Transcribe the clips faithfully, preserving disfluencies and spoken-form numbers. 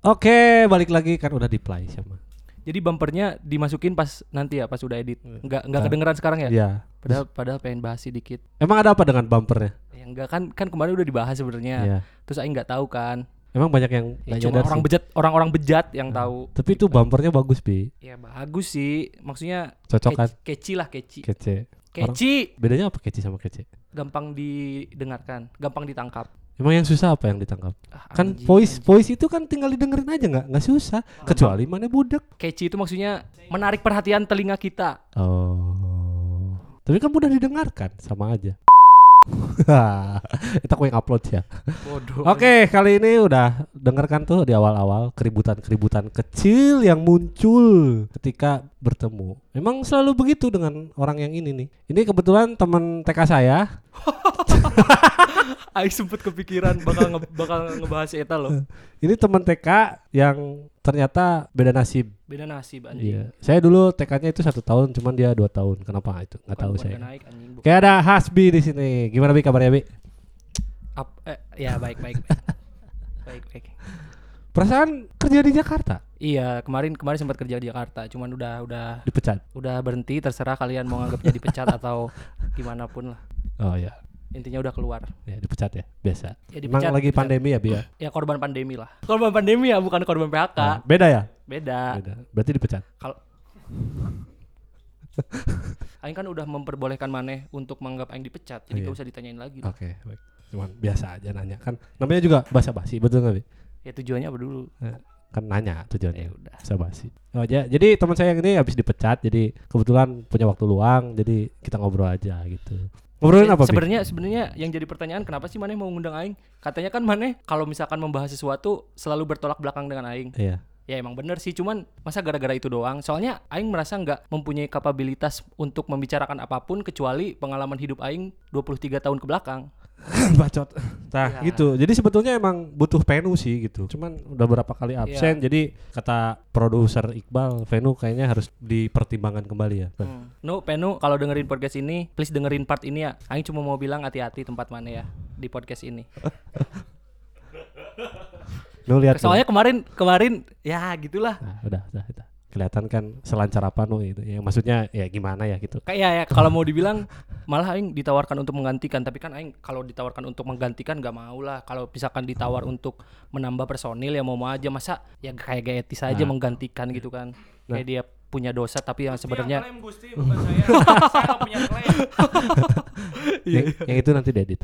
Oke, balik lagi kan udah di play sama. Jadi bumpernya dimasukin pas nanti ya, pas udah edit. Enggak enggak Nah, kedengeran sekarang ya? Iya. Padahal padahal pengen bahas sedikit. Emang ada apa dengan bumpernya? Ya enggak kan kan kemarin udah dibahas sebenarnya. Iya. Terus aing enggak tahu kan. Emang banyak yang Ya, nggak cuma nyadar orang sih. bejat, orang-orang bejat yang Nah, tahu. Tapi itu bumpernya bagus, Bi. Ya bagus sih. Maksudnya Cocok kan? keci, keci lah, keci. Kece. Orang- Keci Bedanya apa kece sama kece? gampang didengarkan, gampang ditangkap. Emang yang susah apa yang ditangkap? Ah, Kan anjing, voice anjing. voice itu kan tinggal didengerin aja, nggak nggak susah. Kecuali mana budek. Keci itu maksudnya menarik perhatian telinga kita. Oh. Tapi kan mudah didengarkan, sama aja. Itu aku yang upload ya. Bodoh. Oke, kali ini udah dengarkan tuh di awal-awal keributan-keributan kecil yang muncul ketika bertemu. Memang selalu begitu dengan orang yang ini nih. Ini kebetulan teman T K saya. Aing sempet kepikiran bakal nge, bakal ngebahas eta loh. Ini teman T K yang ternyata beda nasib. Beda nasib anjing. Iya. Saya dulu T K-nya itu satu tahun, cuman dia dua tahun. Kenapa itu? Nggak Bukan tahu buat saya. naik, anjing. Bukan. Kayak ada Hasbi di sini. Gimana Bi kabarnya Bi? Ap- eh, ya baik baik. baik baik. Perasaan kerja di Jakarta Iya, kemarin kemarin sempat kerja di Jakarta, cuman udah udah dipecat. udah berhenti, terserah kalian mau nganggapnya dipecat atau gimana pun lah. Oh ya, Intinya udah keluar. ya dipecat ya, biasa. Ya Emang dipecat. lagi pandemi ya Bi ya? Ya korban pandemi lah. Korban pandemi ya, bukan korban P H K. Nah, beda ya? Beda. Beda. Berarti dipecat. Kalau Aing kan udah memperbolehkan maneh untuk menganggap Aing dipecat, jadi Iya. gak usah ditanyain lagi. Oke, baik. Cuman biasa aja nanya kan. Namanya juga basa-basi, betul nggak Bi? Ya tujuannya apa dulu? Kan nanya tujuannya. Ya udah. Basa-basi. Oh ya, jadi teman saya yang ini habis dipecat, jadi kebetulan punya waktu luang, jadi kita ngobrol aja gitu. Ngobrolin apa Bi? Sebenarnya sebenarnya yang jadi pertanyaan kenapa sih maneh mau ngundang Aing? Katanya kan maneh kalau misalkan membahas sesuatu selalu bertolak belakang dengan Aing. Iya. Ya emang bener sih, cuman masa gara-gara itu doang? Soalnya Aing merasa nggak mempunyai kapabilitas untuk membicarakan apapun kecuali pengalaman hidup Aing dua puluh tiga tahun ke belakang. Bacot. Nah, Ya. gitu. Jadi sebetulnya emang butuh Venu sih gitu. Cuman udah berapa kali absen. Ya. Jadi kata produser Iqbal, Venu kayaknya harus dipertimbangkan kembali ya. Hmm. No, Penu kalau dengerin podcast ini, please dengerin part ini ya. Aing cuma mau bilang hati-hati tempat mana ya di podcast ini. Lu lihat. Soalnya kemarin kemarin ya gitulah. Nah, udah, udah, udah. Kelihatan kan selancar apa nu itu. Ya maksudnya ya gimana ya gitu. Kayak ya kalau mau dibilang malah Aing ditawarkan untuk menggantikan, tapi kan Aing kalau ditawarkan untuk menggantikan gak mau lah. Kalau misalkan ditawar untuk menambah personil ya mau-mau aja, masa ya kayak gak etis aja Nah. menggantikan gitu kan. Nah. Kayak dia punya dosa tapi yang sebenarnya Yang klaim Gusti bukan saya. Saya nggak punya klaim. yang, yang itu nanti diedit.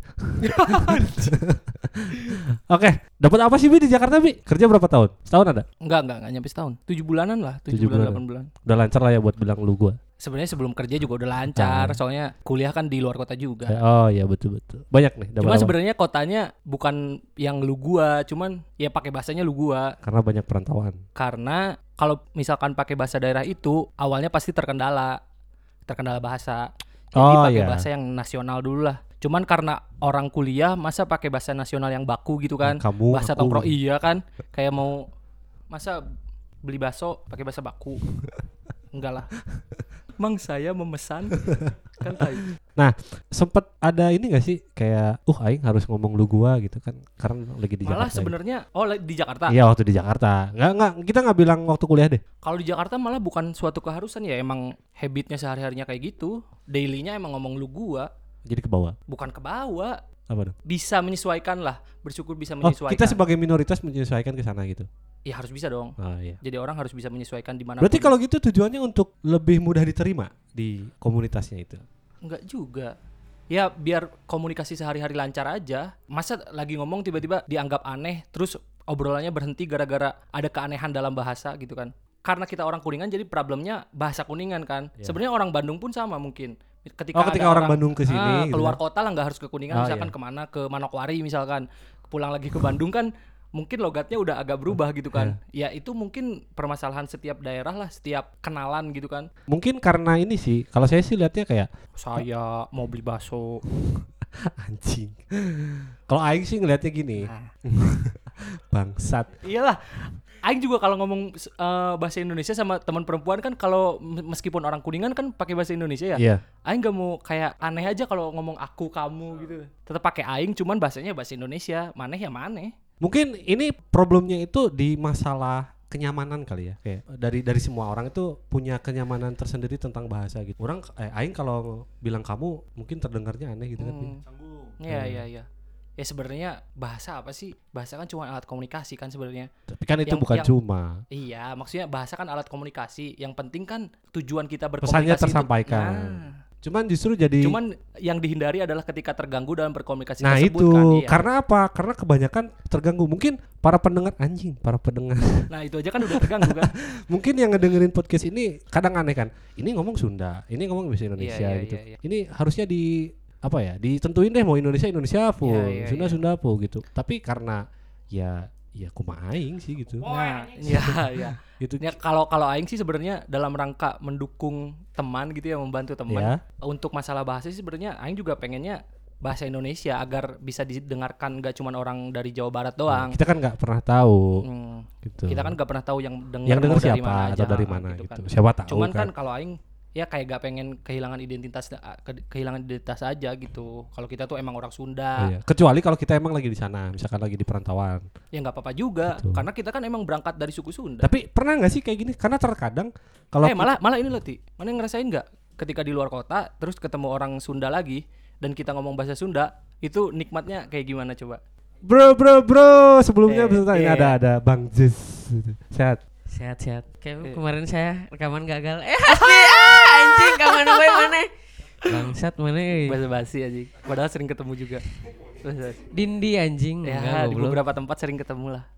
Oke, dapat apa sih Bi di Jakarta Bi? Kerja berapa tahun? Setahun ada? enggak enggak enggak nyampe setahun. tujuh bulanan lah, tujuh Tujuh bulan, bulanan. delapan bulan. Udah lancar lah ya buat bilang lu gua. Sebenarnya sebelum kerja juga udah lancar, Ah. soalnya kuliah kan di luar kota juga. Oh iya betul betul. Banyak nih. dapat Cuma apa? sebenarnya kotanya bukan yang lu gua, cuman ya pakai bahasanya lu gua. Karena banyak perantauan. Karena kalau misalkan pakai bahasa daerah itu awalnya pasti terkendala, terkendala bahasa. Jadi Oh, pakai iya. bahasa yang nasional dulu lah. Cuman karena orang kuliah masa pakai bahasa nasional yang baku gitu kan? Kamu, Bahasa aku. tongkrong iya kan? Kayak mau masa beli bakso pakai bahasa baku. Enggak lah. Mang saya memesan kan tai. Sempet ada ini gak sih kayak uh aing harus ngomong lu gua gitu kan karena lagi di Malah Jakarta. sebenarnya oh la- di Jakarta. Iya waktu di Jakarta. Nggak nggak kita nggak bilang waktu kuliah deh. Kalau di Jakarta malah bukan suatu keharusan ya, emang habitnya sehari-harinya kayak gitu. Dailynya emang ngomong lu gua, Jadi ke bawah. bukan ke bawah. Apa dong? Bisa menyesuaikan lah, bersyukur bisa Oh menyesuaikan. kita sebagai minoritas menyesuaikan ke sana gitu. Ya harus bisa dong. Oh iya. Jadi orang harus bisa menyesuaikan di mana. Berarti kalau gitu tujuannya untuk lebih mudah diterima di komunitasnya itu. enggak juga. Ya biar komunikasi sehari-hari lancar aja. Masa lagi ngomong tiba-tiba dianggap aneh, terus obrolannya berhenti gara-gara ada keanehan dalam bahasa gitu kan. Karena kita orang Kuningan jadi problemnya bahasa Kuningan kan. Ya. Sebenarnya orang Bandung pun sama mungkin. Ketika, Oh, ketika ada orang Bandung ke sini ah, gitu keluar kan. kota lah nggak harus ke Kuningan, Oh, misalkan iya. kemana, ke Manokwari misalkan, pulang lagi ke Bandung kan mungkin logatnya udah agak berubah gitu kan. Ya itu mungkin permasalahan setiap daerah lah, setiap kenalan gitu kan. Mungkin karena ini sih. Kalau saya sih lihatnya kayak Saya mau beli bakso. anjing. Kalau aing sih ngelihatnya gini. Nah, Bangsat. iyalah. Aing juga kalau ngomong eh, bahasa Indonesia sama teman perempuan kan, kalau m- meskipun orang Kuningan kan pakai bahasa Indonesia ya. Iya. Aing gak mau kayak aneh aja kalau ngomong aku kamu gitu. Tetap pakai aing, cuman bahasanya bahasa Indonesia. Maneh ya maneh. Mungkin ini problemnya itu di masalah kenyamanan kali ya, kayak dari dari semua orang itu punya kenyamanan tersendiri tentang bahasa gitu. Orang eh, aing kalau bilang kamu mungkin terdengarnya aneh gitu kan. Hmm. Canggung. Iya iya iya. Ya sebenarnya bahasa apa sih? Bahasa kan cuma alat komunikasi kan sebenarnya. Tapi kan itu Yang- bukan yang- cuma Iya, maksudnya bahasa kan alat komunikasi. Yang penting kan tujuan kita berkomunikasi pesannya itu- tersampaikan. Nah, Cuman justru jadi cuman yang dihindari adalah ketika terganggu dalam berkomunikasi nah tersebut itu kan. Iya. karena apa? Karena kebanyakan terganggu. Mungkin para pendengar anjing, para pendengar Nah, itu aja kan udah terganggu kan. mungkin yang ngedengerin podcast ini kadang aneh kan. Ini ngomong Sunda, ini ngomong bahasa Indonesia Iya, iya, gitu. iya, iya. Ini harusnya di apa ya? Ditentuin deh mau Indonesia Indonesia full, Iya, iya, Sunda iya. Sunda full gitu. Tapi karena ya ya kumaha aing sih gitu. Oh, Nah, anjing. iya iya. Gitu. Ya kalau kalau aing sih sebenarnya dalam rangka mendukung teman gitu ya, membantu teman Ya. untuk masalah bahasa sih sebenarnya aing juga pengennya bahasa Indonesia agar bisa didengarkan gak cuma orang dari Jawa Barat doang. Kita kan nggak pernah tahu Hmm, gitu. kita kan gak pernah tahu yang denger yang denger mau dari siapa mana atau aja, dari mana gitu gitu. kan. Siapa tahu Cuman kan. kan kalau aing ya kayak gak pengen kehilangan identitas ke- kehilangan identitas aja gitu. Kalau kita tuh emang orang Sunda, Iya. Kecuali kalau kita emang lagi di sana, misalkan lagi di perantauan. ya nggak apa-apa juga. Betul. Karena kita kan emang berangkat dari suku Sunda. Tapi pernah nggak sih kayak gini? Karena terkadang kalau eh malah malah ini loh Ti, mana yang ngerasain nggak ketika di luar kota terus ketemu orang Sunda lagi dan kita ngomong bahasa Sunda itu nikmatnya kayak gimana coba? bro bro bro sebelumnya Eh, beserta ini iya. ada ada Bang Jis sehat. Sehat-sehat. Kayak Eh. kemarin saya rekaman gagal. Eh asli ah, anjing kapan gue mana? Bangsat mana? eh. Bahasa basi aja. Padahal sering ketemu juga. Basa-basi. Dindi anjing. Ya Enggak, di goblok. beberapa tempat sering ketemu lah.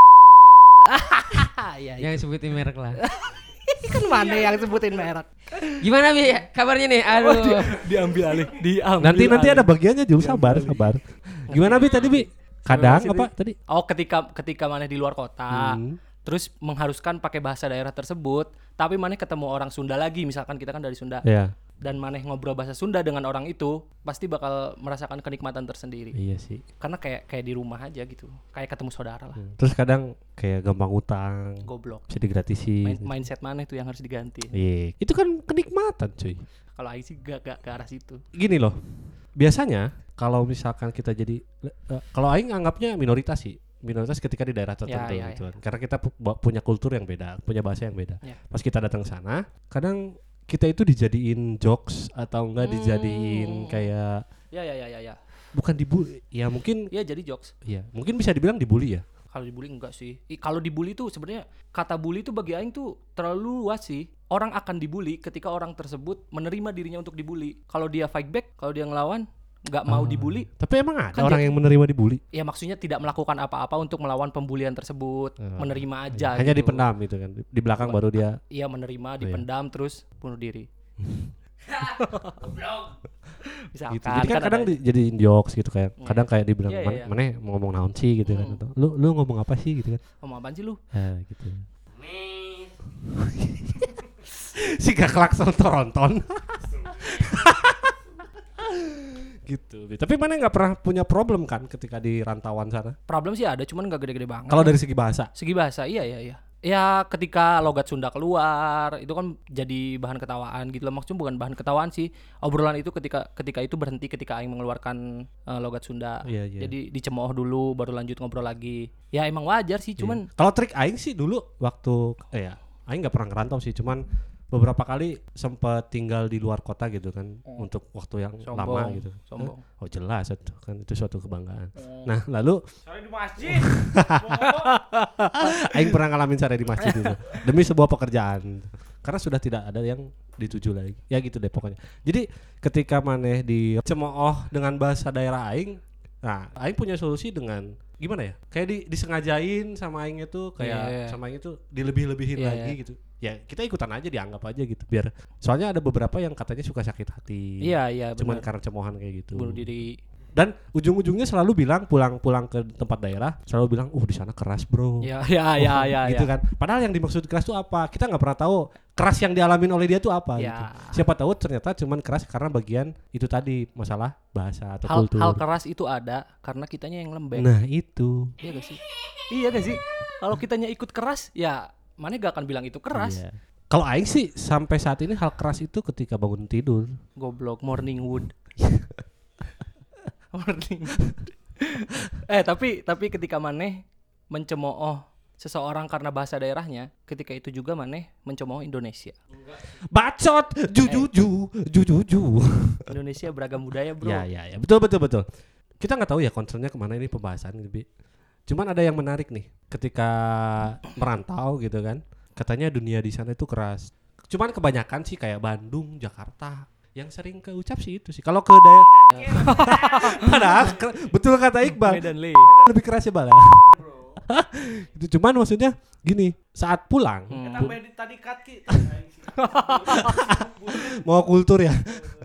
Iya, iya. Yang sebutin merek lah. Kan mana yang sebutin merek? Gimana Bi kabarnya nih? Aduh. Diambil alih, diambil. Nanti nanti alih. ada bagiannya Jul, sabar sabar. Gimana Bi tadi Bi? Kadang sih, apa tadi? Oh, ketika ketika mana di luar kota, Hmm. terus mengharuskan pakai bahasa daerah tersebut, tapi mana ketemu orang Sunda lagi, misalkan kita kan dari Sunda. Ya. Dan maneh ngobrol bahasa Sunda dengan orang itu pasti bakal merasakan kenikmatan tersendiri Iya sih. karena kayak kayak di rumah aja gitu, kayak ketemu saudara lah. Terus kadang kayak gampang utang, Goblok. bisa digratisin. Main, mindset maneh tuh yang harus diganti. Iya, itu kan kenikmatan cuy. Kalau Aing sih gak, gak ke arah situ. Gini loh, biasanya kalau misalkan kita jadi, eh, kalau Aing anggapnya minoritas sih, minoritas ketika di daerah tertentu Ya, ya, gitu kan. Karena kita pu- ba- punya kultur yang beda, punya bahasa yang beda. Ya. Pas kita datang sana, kadang kita itu dijadiin jokes atau enggak Hmm. dijadiin kayak Ya ya ya ya ya. bukan dibully, ya mungkin, Ya jadi jokes. ya mungkin bisa dibilang dibully ya. Kalau dibully enggak sih. I, kalau dibully tuh sebenarnya kata bully tuh bagi Aing tuh terlalu luas sih. Orang akan dibully ketika orang tersebut menerima dirinya untuk dibully. Kalau dia fight back, kalau dia ngelawan, nggak mau Ah. dibully, Tapi emang ada Kan orang dia- yang menerima dibully. ya maksudnya tidak melakukan apa-apa untuk melawan pembulian tersebut, Ah. menerima aja. Hanya gitu. dipendam gitu kan. Di belakang baru dia. Iya menerima, dipendam terus bunuh diri. Misalkan, Gitu. Jadi kan kan kadang ada- di, jadiin jokes gitu kayak. Iya. Kadang kayak dibilang, Iya, iya, "Man- iya. "Maneh mau ngomong naon sih?" gitu kan. Hmm. Atau, Lu lu ngomong apa sih gitu kan. ngomong apaan sih lu? Ya gitu. Si gak klakson Toronton. gitu. Tapi mana nggak pernah punya problem kan ketika di rantauan sana? Problem sih ada, cuman nggak gede-gede banget. Kalau dari segi bahasa. Segi bahasa, iya iya iya. Ya ketika logat Sunda keluar, itu kan jadi bahan ketawaan gitu loh. Maksudnya bukan bahan ketawaan sih. Obrolan itu ketika ketika itu berhenti ketika aing mengeluarkan eh, logat Sunda. Iya, iya. Jadi dicemooh dulu baru lanjut ngobrol lagi. Ya emang wajar sih, cuman Iya. Kalau trik aing sih dulu waktu eh ya, aing nggak pernah ngerantau sih, cuman beberapa kali sempat tinggal di luar kota gitu kan untuk waktu yang Sombong, lama gitu. sombong. Hah? Oh jelas itu kan itu suatu kebanggaan. Nah, lalu Sorry di masjid. aing pernah ngalamin sare di masjid itu demi sebuah pekerjaan. Karena sudah tidak ada yang dituju lagi. Ya gitu deh pokoknya. Jadi ketika maneh dicemooh dengan bahasa daerah aing, nah aing punya solusi dengan gimana ya? Kayak di, disengajain sama aing itu kayak Iya, iya. sama aing itu dilebih-lebihin Iya, lagi iya. gitu. Ya kita ikutan aja, dianggap aja gitu biar soalnya ada beberapa yang katanya suka sakit hati. iya iya Cuman benar. karena cemohan kayak gitu. Bunuh diri. Dan ujung-ujungnya selalu bilang pulang-pulang ke tempat daerah selalu bilang, "Uh, di sana keras, Bro." Ya ya ya Oh, ya gitu ya. kan. Padahal yang dimaksud keras itu apa? Kita nggak pernah tahu keras yang dialamin oleh dia itu apa Ya. gitu. Siapa tahu ternyata cuman keras karena bagian itu tadi masalah bahasa atau Hal kultur. hal keras itu ada karena kitanya yang lembek. Nah, itu. Iya gak sih? Iya gak sih? Kalau kitanya ikut keras, ya mana gak akan bilang itu keras. Iya. Kalau aing sih sampai saat ini hal keras itu ketika bangun tidur. Goblok, morning wood. Morning. eh tapi tapi ketika maneh mencemooh seseorang karena bahasa daerahnya, ketika itu juga maneh mencemooh Indonesia. Bacot, jujuju, jujuju. Indonesia beragam budaya, bro. Ya ya ya, betul betul betul. Kita nggak tahu ya concernnya kemana ini pembahasan gitu. Cuman ada yang menarik nih, ketika merantau gitu kan, katanya dunia di sana itu keras. Cuman kebanyakan sih kayak Bandung, Jakarta, yang sering keucap sih itu sih. Kalau ke daerah, padahal ke- betul kata Iqbal, Medan Le. lebih keras ya bala. Itu cuman maksudnya gini, saat pulang Hmm. Tambah di tadi cut ki. mau kultur ya.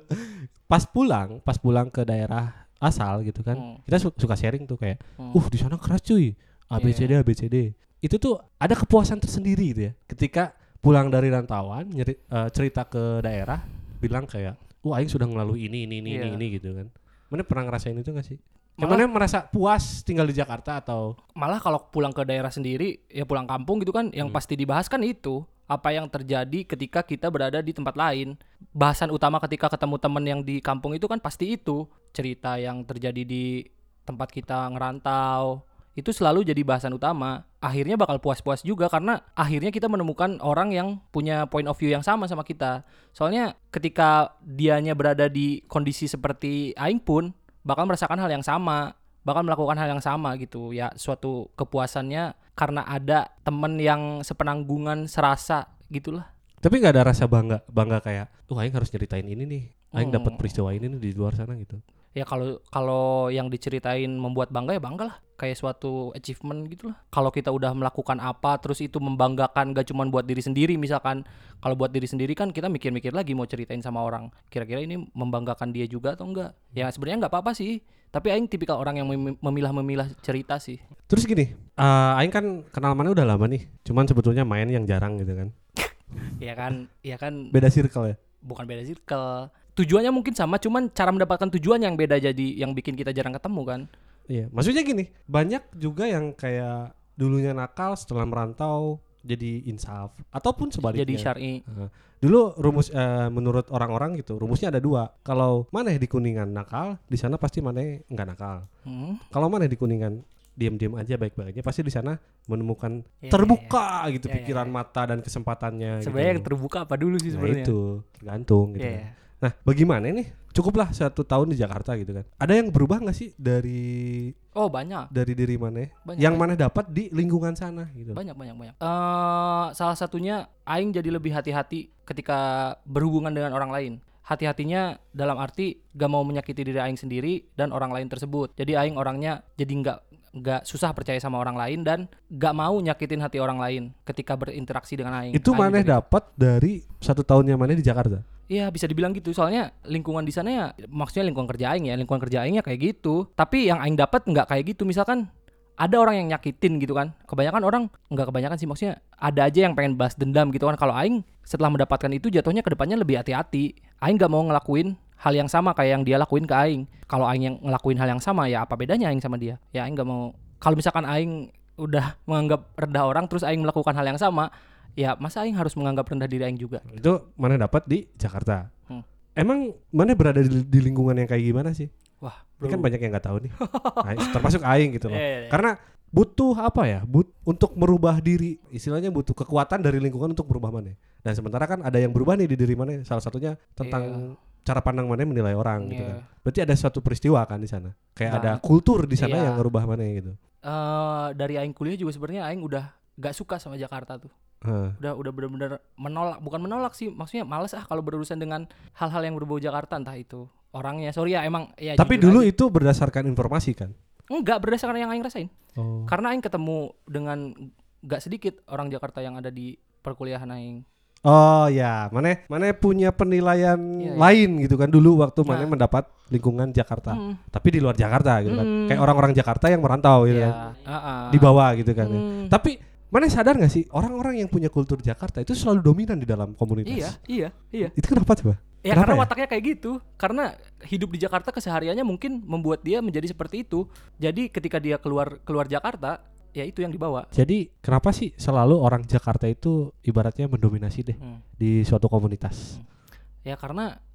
Pas pulang, pas pulang ke daerah asal gitu kan, Hmm. kita su- suka sharing tuh kayak, Hmm. uh di sana keras cuy, A B C D A B C D. Itu tuh ada kepuasan tersendiri gitu ya. Ketika pulang dari rantauan, nyeri, eh, cerita ke daerah, bilang kayak, uh aing sudah melalui ini ini ini Iya. ini, ini gitu kan. Mana pernah ngerasain itu gak sih? Malah- Emangnya merasa puas tinggal di Jakarta atau Malah kalau pulang ke daerah sendiri, ya pulang kampung gitu kan, yang Hmm. pasti dibahas kan itu apa yang terjadi ketika kita berada di tempat lain. Bahasan utama ketika ketemu temen yang di kampung itu kan pasti itu, cerita yang terjadi di tempat kita ngerantau. Itu selalu jadi bahasan utama. Akhirnya bakal puas-puas juga karena akhirnya kita menemukan orang yang punya point of view yang sama sama kita. Soalnya ketika dianya berada di kondisi seperti aing pun bakal merasakan hal yang sama, bakal melakukan hal yang sama gitu. Ya suatu kepuasannya karena ada temen yang sepenanggungan serasa gitulah. tapi nggak ada rasa bangga bangga kayak, uh aing harus nyeritain ini nih, aing Hmm. dapat peristiwa ini nih di luar sana gitu. Ya kalau kalau yang diceritain membuat bangga ya bangga lah, kayak suatu achievement gitu lah. Kalau kita udah melakukan apa terus itu membanggakan gak cuma buat diri sendiri, misalkan kalau buat diri sendiri kan kita mikir-mikir lagi mau ceritain sama orang, kira-kira ini membanggakan dia juga atau enggak. Ya sebenarnya nggak apa-apa sih, tapi aing tipikal orang yang mem- memilah-memilah cerita sih. Terus gini, uh, aing kan kenal mana udah lama nih, cuman sebetulnya main yang jarang gitu kan. Ya kan, ya kan Beda circle ya. bukan beda circle. Tujuannya mungkin sama, cuman cara mendapatkan tujuan yang beda jadi yang bikin kita jarang ketemu kan. Iya, maksudnya gini, banyak juga yang kayak dulunya nakal setelah merantau jadi insaf ataupun sebaliknya. Jadi syar'i. Nah, dulu rumus eh, menurut orang-orang gitu, rumusnya ada dua. Kalau maneh di Kuningan nakal, di sana pasti maneh nggak nakal. Hmm. Kalau maneh di Kuningan diam-diam aja baik-baik aja, pasti di sana menemukan Ya, terbuka gitu Ya, ya, pikiran ya. mata dan kesempatannya. Sebenarnya yang gitu. terbuka apa dulu sih Nah sebenarnya? itu tergantung gitu. Iya, kan. iya. Nah, bagaimana nih? Cukuplah satu tahun di Jakarta gitu kan. Ada yang berubah nggak sih dari Oh banyak, dari diri maneh banyak. yang banyak. maneh dapat di lingkungan sana gitu? banyak banyak banyak. Eh salah satunya aing jadi lebih hati-hati ketika berhubungan dengan orang lain. Hati-hatinya dalam arti gak mau menyakiti diri aing sendiri dan orang lain tersebut. Jadi aing orangnya jadi nggak nggak susah percaya sama orang lain dan gak mau nyakitin hati orang lain ketika berinteraksi dengan aing. Itu Aing maneh juga gitu. dapat dari satu tahunnya maneh di Jakarta. Iya bisa dibilang gitu, soalnya lingkungan di sana ya, maksudnya lingkungan kerja aing ya, lingkungan kerja aingnya kayak gitu. Tapi yang aing dapat nggak kayak gitu. Misalkan ada orang yang nyakitin gitu kan, kebanyakan orang nggak kebanyakan sih, maksudnya ada aja yang pengen balas dendam gitu kan. Kalau aing setelah mendapatkan itu jatuhnya kedepannya lebih hati-hati. Aing nggak mau ngelakuin hal yang sama kayak yang dia lakuin ke aing. Kalau aing yang ngelakuin hal yang sama ya apa bedanya aing sama dia? Ya aing nggak mau. Kalau misalkan aing udah menganggap rendah orang terus aing melakukan hal yang sama, ya masa aing harus menganggap rendah diri aing juga? Itu maneh dapat di Jakarta. Hmm. Emang maneh berada di, di lingkungan yang kayak gimana sih? Wah, Ini kan banyak yang nggak tahu nih. Nah, termasuk aing gitu loh. Iya, iya, iya. Karena butuh apa ya? But untuk merubah diri, istilahnya butuh kekuatan dari lingkungan untuk merubah maneh. Dan sementara kan ada yang berubah nih di diri maneh. Salah satunya tentang cara pandang maneh menilai orang gitu Iya. kan. Berarti ada suatu peristiwa kan di sana. Kayak Nah, ada kultur di sana iya. yang ngerubah maneh gitu. Eh dari aing kuliah juga sebenarnya aing udah gak suka sama Jakarta tuh. Heeh. Udah udah benar-benar menolak, bukan menolak sih, maksudnya males ah kalau berurusan dengan hal-hal yang berbau Jakarta, entah itu orangnya. Sorry ya emang ya Tapi jujur dulu aja. itu berdasarkan informasi kan. Enggak berdasarkan yang aing rasain. Oh. Karena aing ketemu dengan gak sedikit orang Jakarta yang ada di perkuliahan aing. Oh ya, maneh maneh punya penilaian Iya, iya. lain gitu kan dulu waktu Nah. maneh mendapat lingkungan Jakarta. Hmm. Tapi di luar Jakarta gitu kan. Hmm. Kayak orang-orang Jakarta yang merantau gitu kan. Iya, heeh. Di bawah gitu kan. ya. Hmm. Tapi maneh sadar gak sih orang-orang yang punya kultur Jakarta itu selalu dominan di dalam komunitas? Iya, iya, iya. Itu kenapa coba? Ya Kenapa karena ya? wataknya kayak gitu. Karena hidup di Jakarta kesehariannya mungkin membuat dia menjadi seperti itu. Jadi ketika dia keluar keluar Jakarta, ya itu yang dibawa. Jadi kenapa sih selalu orang Jakarta itu ibaratnya mendominasi deh Hmm. di suatu komunitas? Ya karena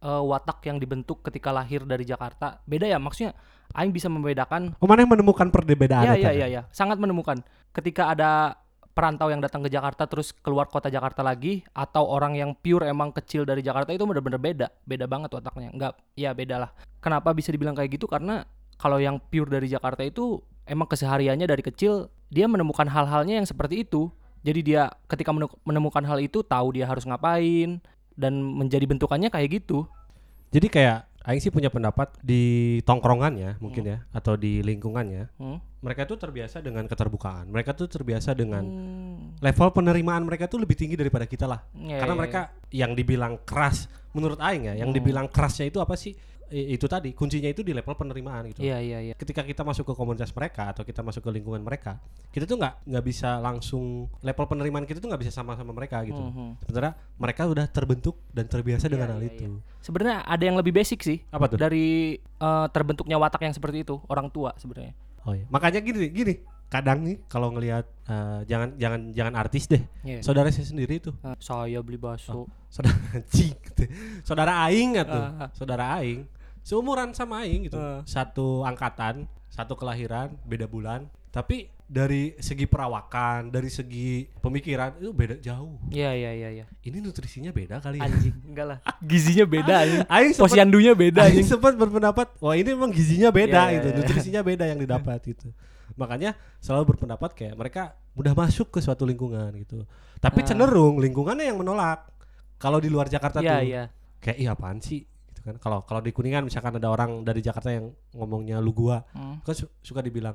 uh, watak yang dibentuk ketika lahir dari Jakarta. Beda ya, maksudnya aing bisa membedakan. Oh, mana yang menemukan perbedaan Iya eta iya ya? iya ya, sangat menemukan. Ketika ada perantau yang datang ke Jakarta terus keluar kota Jakarta lagi, atau orang yang pure emang kecil dari Jakarta, itu bener-bener beda, beda banget wataknya. Enggak, ya beda lah. Kenapa bisa dibilang kayak gitu? Karena kalau yang pure dari Jakarta itu emang kesehariannya dari kecil dia menemukan hal-halnya yang seperti itu. Jadi dia ketika menemukan hal itu tahu dia harus ngapain dan menjadi bentukannya kayak gitu. Jadi kayak aing sih punya pendapat di tongkrongannya mungkin ya, atau di lingkungannya. Hmm? Mereka tuh terbiasa dengan keterbukaan. Mereka tuh terbiasa dengan Hmm. level penerimaan mereka tuh lebih tinggi daripada kita lah. Ya, Karena ya, mereka yang dibilang keras menurut aing ya, yang Hmm. dibilang kerasnya itu apa sih? I- itu tadi kuncinya itu di level penerimaan gitu. Iya iya iya. Ketika kita masuk ke komunitas mereka atau kita masuk ke lingkungan mereka, kita tuh nggak nggak bisa langsung level penerimaan kita tuh nggak bisa sama sama mereka gitu. Mhm. Sementara mereka udah terbentuk dan terbiasa Iya, dengan hal iya, itu. Sebenarnya ada yang lebih basic sih Apa tuh? dari eh, terbentuknya watak yang seperti itu, orang tua sebenarnya. Oh iya. Makanya gini gini. Kadang nih kalau ngelihat eh, jangan jangan jangan artis deh. Iya. Saudara saya sendiri tuh. Eh, saya beli bakso. Saudara anjing gitu. Saudara aing atau Ah. saudara aing seumuran sama aing gitu. Ah. Satu angkatan, satu kelahiran, beda bulan. Tapi dari segi perawakan, dari segi pemikiran itu beda jauh. Iya iya iya iya. Ini nutrisinya beda kali ya. Anjing, enggak lah. Gizinya beda anjing. Aing sempet- Posyandunya beda Aing anjing. sempat berpendapat, wah ini emang gizinya beda Iya, gitu, iya, iya. nutrisinya beda yang didapat gitu. Makanya selalu berpendapat kayak mereka mudah masuk ke suatu lingkungan gitu. Tapi Ah. cenderung lingkungannya yang menolak. Kalau di luar Jakarta Iya tuh iya. kayak iya apaan sih gitu kan. Kalau kalau di Kuningan misalkan ada orang dari Jakarta yang ngomongnya lu gua, Hmm. kan su- suka dibilang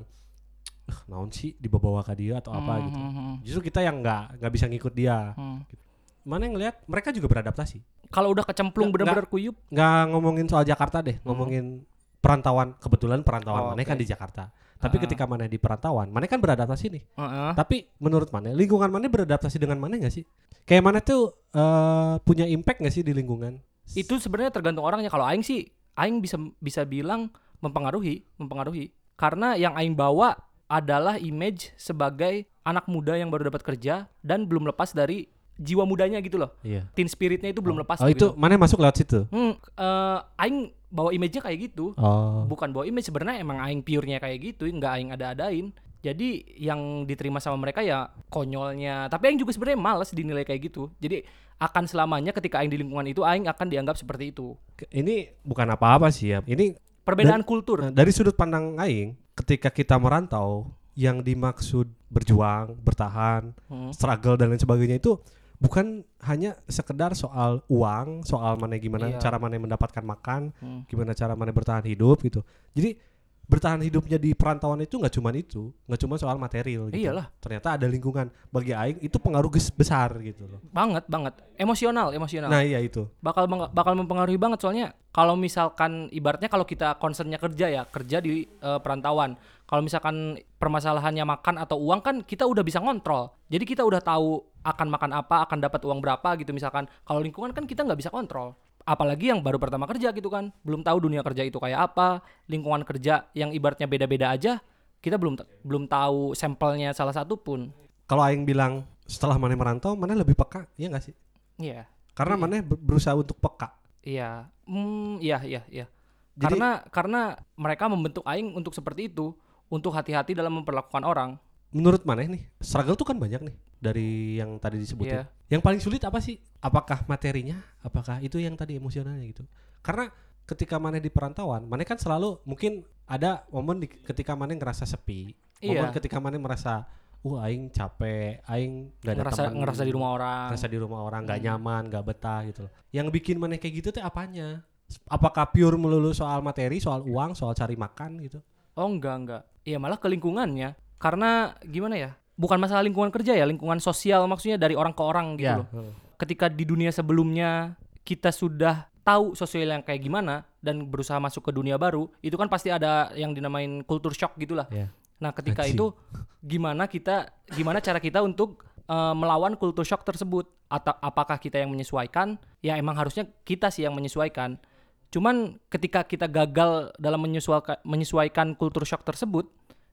eh naon sih dibawa ke dia atau apa Hmm, gitu. hmm, hmm, Justru kita yang nggak nggak bisa ngikut dia. hmm. Mana yang ngeliat mereka juga beradaptasi. Kalau udah kecemplung Nggak- benar-benar kuyup, Nggak ngomongin soal Jakarta deh, ngomongin perantauan. Kebetulan perantauan Oh, Maneh oke. kan di Jakarta. Tapi Ah. ketika Maneh di perantauan, Maneh kan beradaptasi nih. heeh. Tapi menurut Maneh, lingkungan Maneh beradaptasi dengan Maneh nggak sih? Kayak Maneh tuh eh, punya impact nggak sih di lingkungan? Itu sebenarnya tergantung orangnya. Kalau aing sih, aing bisa bisa bilang mempengaruhi, mempengaruhi. Karena yang aing bawa adalah image sebagai anak muda yang baru dapat kerja dan belum lepas dari jiwa mudanya gitu loh. Iya. Teen spiritnya itu belum lepas Oh gitu. itu Maneh masuk lewat situ. Hmm, eh, aing bawa image-nya kayak gitu. Oh. Bukan bawa image, sebenarnya emang aing pure-nya kayak gitu, nggak aing ada-adain. Jadi yang diterima sama mereka ya konyolnya. Tapi aing juga sebenarnya malas dinilai kayak gitu. Jadi akan selamanya ketika aing di lingkungan itu aing akan dianggap seperti itu. Ke- Ini bukan apa-apa sih ya. Ini Perbedaan Dan- kultur. Nah, dari sudut pandang aing, ketika kita merantau, yang dimaksud berjuang, bertahan, Hmm. struggle dan lain sebagainya itu bukan hanya sekedar soal uang, soal mana gimana Iya. cara mana mendapatkan makan, Hmm. gimana cara mana bertahan hidup gitu. Jadi bertahan hidupnya di perantauan itu nggak cuma itu, nggak cuma soal material gitu. Iyalah. Ternyata ada lingkungan. Bagi aing itu pengaruh ges- besar gitu loh. Banget, banget. Emosional, emosional. Nah, iya itu. bakal bang- bakal mempengaruhi banget soalnya kalau misalkan ibaratnya kalau kita concernnya kerja ya kerja di eh, perantauan, kalau misalkan permasalahannya makan atau uang kan kita udah bisa ngontrol, jadi kita udah tahu akan makan apa, akan dapat uang berapa gitu. Misalkan kalau lingkungan kan kita nggak bisa kontrol, apalagi yang baru pertama kerja gitu kan, belum tahu dunia kerja itu kayak apa, lingkungan kerja yang ibaratnya beda-beda aja kita belum t- belum tahu sampelnya salah satu pun. Kalau aing bilang setelah mana merantau, mana lebih peka, iya nggak sih? Iya. Karena Iya. mana ber- berusaha untuk peka. Iya, hmm, iya, iya, iya. Jadi- Karena karena mereka membentuk aing untuk seperti itu, untuk hati-hati dalam memperlakukan orang. Menurut Maneh nih, struggle tuh kan banyak nih dari yang tadi disebutin. Iya. Yang paling sulit apa sih? Apakah materinya? Apakah itu yang tadi emosionalnya gitu? Karena ketika Maneh di perantauan, Maneh kan selalu mungkin ada momen di, ketika Maneh ngerasa sepi, momen Iya. ketika Maneh merasa, uh aing capek, aing gak ada Ngerasa teman, ngerasa di rumah orang. ngerasa di rumah orang, nggak Hmm. nyaman, nggak betah gitu loh. Yang bikin Maneh kayak gitu tuh apanya? Apakah pure melulu soal materi, soal uang, soal cari makan gitu? Oh enggak enggak. Iya malah ke lingkungannya. Karena gimana ya? Bukan masalah lingkungan kerja ya, lingkungan sosial maksudnya dari orang ke orang gitu Ya. loh. Ketika di dunia sebelumnya kita sudah tahu sosial yang kayak gimana dan berusaha masuk ke dunia baru, itu kan pasti ada yang dinamain culture shock gitulah. Ya. Nah, ketika Anjing. itu gimana kita gimana cara kita untuk eh, melawan culture shock tersebut? Atau apakah kita yang menyesuaikan? Ya emang harusnya kita sih yang menyesuaikan. Cuman ketika kita gagal dalam menyesuaikan menyesuaikan culture shock tersebut,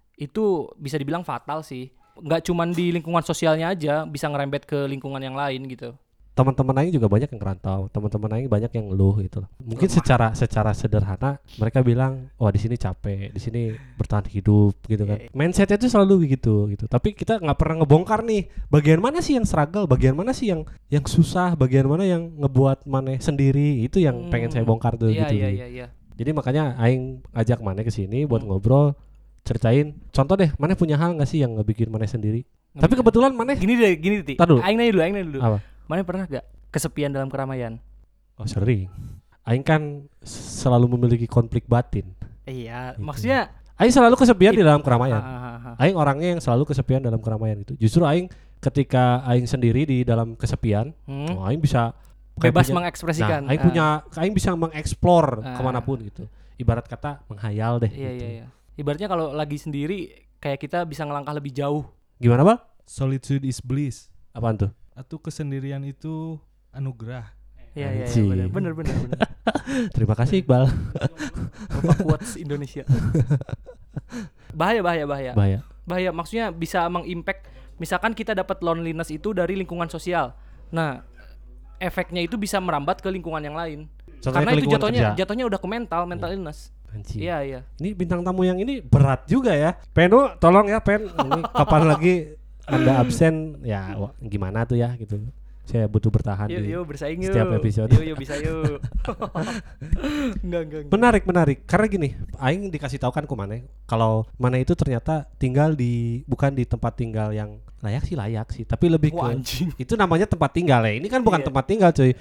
itu bisa dibilang fatal sih. Nggak cuman di lingkungan sosialnya aja, bisa ngerembet ke lingkungan yang lain gitu. teman-teman aing juga banyak yang ngerantau, teman-teman aing banyak yang ngeluh gitu loh. Mungkin secara secara sederhana mereka bilang, "Wah, di sini capek, di sini bertahan hidup," gitu kan. Mindsetnya itu selalu begitu gitu. Tapi kita nggak pernah ngebongkar nih, bagian mana sih yang struggle, bagian mana sih yang yang susah, bagian mana yang ngebuat maneh sendiri. Itu yang pengen saya bongkar tuh Iya gitu. iya iya iya. Jadi makanya aing ajak maneh ke sini buat ngobrol, ceritain. Contoh deh, maneh punya hal nggak sih yang ngebikin maneh sendiri? Tapi kebetulan maneh Gini deh, gini Ti. Tar dulu. Aing nanya dulu, aing nanya dulu. apa? Mana pernah gak kesepian dalam keramaian? Oh, sering. Aing kan selalu memiliki konflik batin. Iya, Gitu. maksudnya Aing selalu kesepian di dalam ah, keramaian. ah, ah, ah. Aing orangnya yang selalu kesepian dalam keramaian itu. Justru Aing ketika Aing sendiri di dalam kesepian, Hmm? oh, Aing bisa kayak Bebas punya- mengekspresikan. Nah, Aing Ah. punya, Aing bisa mengeksplor Ah. kemanapun gitu. Ibarat kata menghayal deh. Iya gitu. iya iya. Ibaratnya kalau lagi sendiri kayak kita bisa ngelangkah lebih jauh. Gimana bang? Solitude is bliss. Apaan tuh? Atau kesendirian itu anugerah. Iya iya iya Anjing. benar benar benar benar. Terima kasih Iqbal. Bapak quotes Indonesia. Bahaya bahaya bahaya. Bahaya. Bahaya maksudnya bisa mengimpact misalkan kita dapat loneliness itu dari lingkungan sosial. Nah, efeknya itu bisa merambat ke lingkungan yang lain. Contohnya Karena ke itu lingkungan jatuhnya kerja. jatuhnya udah ke mental, mental illness. Anjing. Iya iya. Ini bintang tamu yang ini berat juga ya. Penu, tolong ya Pen. Ini kapan lagi Anda absen? Ya wa- gimana tuh ya gitu. Saya butuh bertahan Yuk di yuk bersaing yuk. setiap episode. Yuk yuk bisa yuk. Enggak enggak. enggak. Menarik, menarik. Karena gini, aing dikasih tahu kan ke Mane, kalau Mane itu ternyata tinggal di bukan di tempat tinggal yang layak sih layak sih, tapi lebih Wah, ke anjing. itu namanya tempat tinggal ya. Ini kan bukan Iya. tempat tinggal, cuy.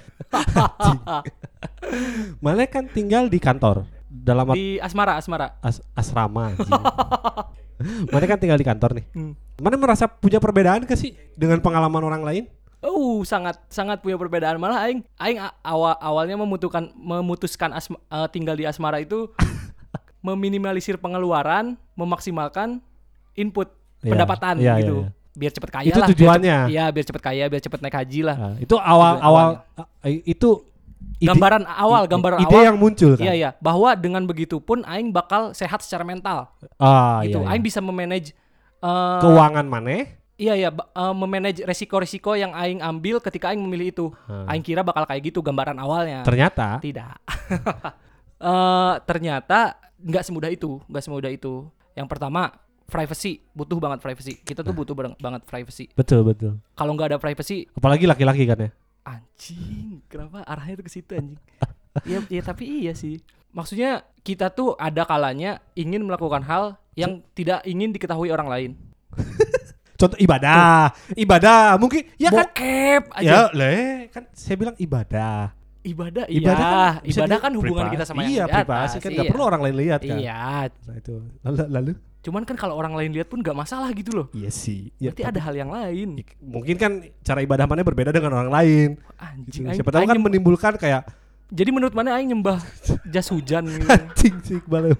Mane kan tinggal di kantor dalam art- Di asmara asmara. as- asrama. anjing. Mane kan tinggal di kantor nih. Hmm. Mane merasa punya perbedaan ke sih dengan pengalaman orang lain? Oh, sangat sangat punya perbedaan malah aing aing a- awal awalnya memutuskan memutuskan asma, eh, tinggal di asmara itu meminimalisir pengeluaran, memaksimalkan input Iya, pendapatan iya, gitu. iya, iya. Biar cepet kaya Itu lah. biar tujuannya. cepet- Iya, biar cepet kaya, biar cepet naik haji lah. Nah, itu awal Tujuan awal eh, itu ide- Gambaran awal, i- gambaran ide awal. yang muncul kan. Iya iya, bahwa dengan begitu pun aing bakal sehat secara mental. Ah, Gitu. iya, iya. Aing bisa memanage eh, Keuangan Mane. Iya ya, ba- eh, memanage resiko-resiko yang aing ambil ketika aing memilih itu. Hmm. Aing kira bakal kayak gitu gambaran awalnya. Ternyata Tidak. Eh, ternyata nggak semudah itu, nggak semudah itu. Yang pertama, privacy, butuh banget privacy. Kita tuh butuh bareng- banget privacy. betul betul. Kalau nggak ada privacy, Apalagi laki-laki kan ya. anjing, kenapa arahnya tuh ke situ anjing? ya, ya tapi iya sih. Maksudnya kita tuh ada kalanya ingin melakukan hal yang tidak ingin diketahui orang lain. Contoh ibadah, ibadah mungkin ya kan. Bokep aja. Ya, le, kan saya bilang ibadah. Ibadah, Ibadah iya. kan bisa Ibadah di- kan hubungan privasi. kita sama iya, yang di atas. privasi kan nggak iya. perlu orang lain lihat kan. Iya. Nah itu lalu, lalu Cuman kan kalau orang lain lihat pun nggak masalah gitu loh. iya sih. Ya, Berarti ada hal yang lain. tapi- mungkin kan cara ibadah mana berbeda dengan orang lain. Anjing. Gitu. aing- Siapa tahu aing kan nyembah- menimbulkan kayak Jadi menurut mana aing nyembah jas hujan gitu. anjing sih Iqbal.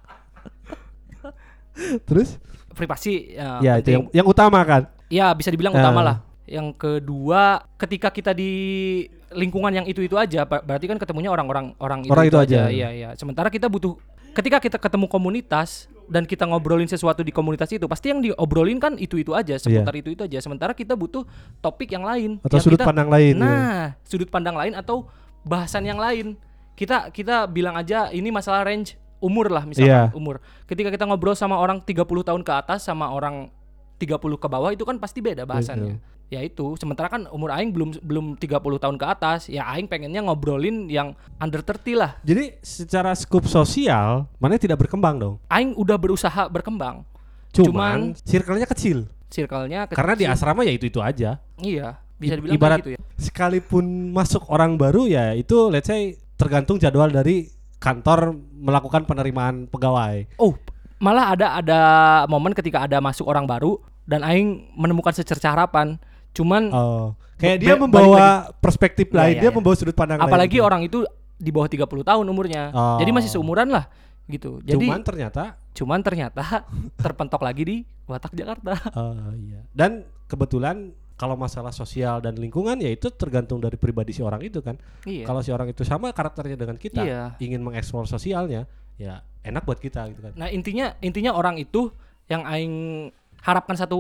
Terus Privasi ya, ya itu penting. yang yang utama kan. Ya bisa dibilang Ah. utama lah. Yang kedua, ketika kita di lingkungan yang itu-itu aja, ber- berarti kan ketemunya orang-orang orang itu, Orang itu aja. Iya, iya. Sementara kita butuh ketika kita ketemu komunitas dan kita ngobrolin sesuatu di komunitas itu, pasti yang diobrolin kan itu-itu aja, seputar itu-itu aja. Sementara kita butuh topik yang lain. Atau yang sudut kita- pandang lain. ya. Nah, sudut pandang lain atau bahasan yang lain. Kita kita bilang aja ini masalah range umur lah misalkan, Iya. umur. Ketika kita ngobrol sama orang tiga puluh tahun ke atas sama orang tiga puluh ke bawah itu kan pasti beda bahasannya. Ya itu, sementara kan umur aing belum belum tiga puluh tahun ke atas. Ya aing pengennya ngobrolin yang under tiga puluh lah. Jadi secara skup sosial mana tidak berkembang dong. Aing udah berusaha berkembang. Cuman, Cuman- circle-nya kecil. Circle-nya kecil. Karena di asrama ya itu-itu aja. Iya, bisa I- dibilang ibarat kayak gitu ya. sekalipun masuk orang baru ya itu let's say tergantung jadwal dari kantor melakukan penerimaan pegawai. Oh, malah ada ada momen ketika ada masuk orang baru dan aing menemukan secercah harapan. Cuman Oh, kayak Ba- dia balik membawa perspektif Iya, lain, iya, dia iya. membawa sudut pandang lain. apalagi gitu. orang itu di bawah tiga puluh tahun umurnya. Oh. Jadi masih seumuran lah gitu. Jadi Cuman ternyata cuman ternyata terpentok lagi di Watak Jakarta. oh, iya. Dan kebetulan kalau masalah sosial dan lingkungan ya itu tergantung dari pribadi si orang itu kan. Iya. Kalau si orang itu sama karakternya dengan kita, Iya. ingin mengeksplor sosialnya, ya enak buat kita gitu kan. Nah, intinya intinya orang itu yang aing harapkan satu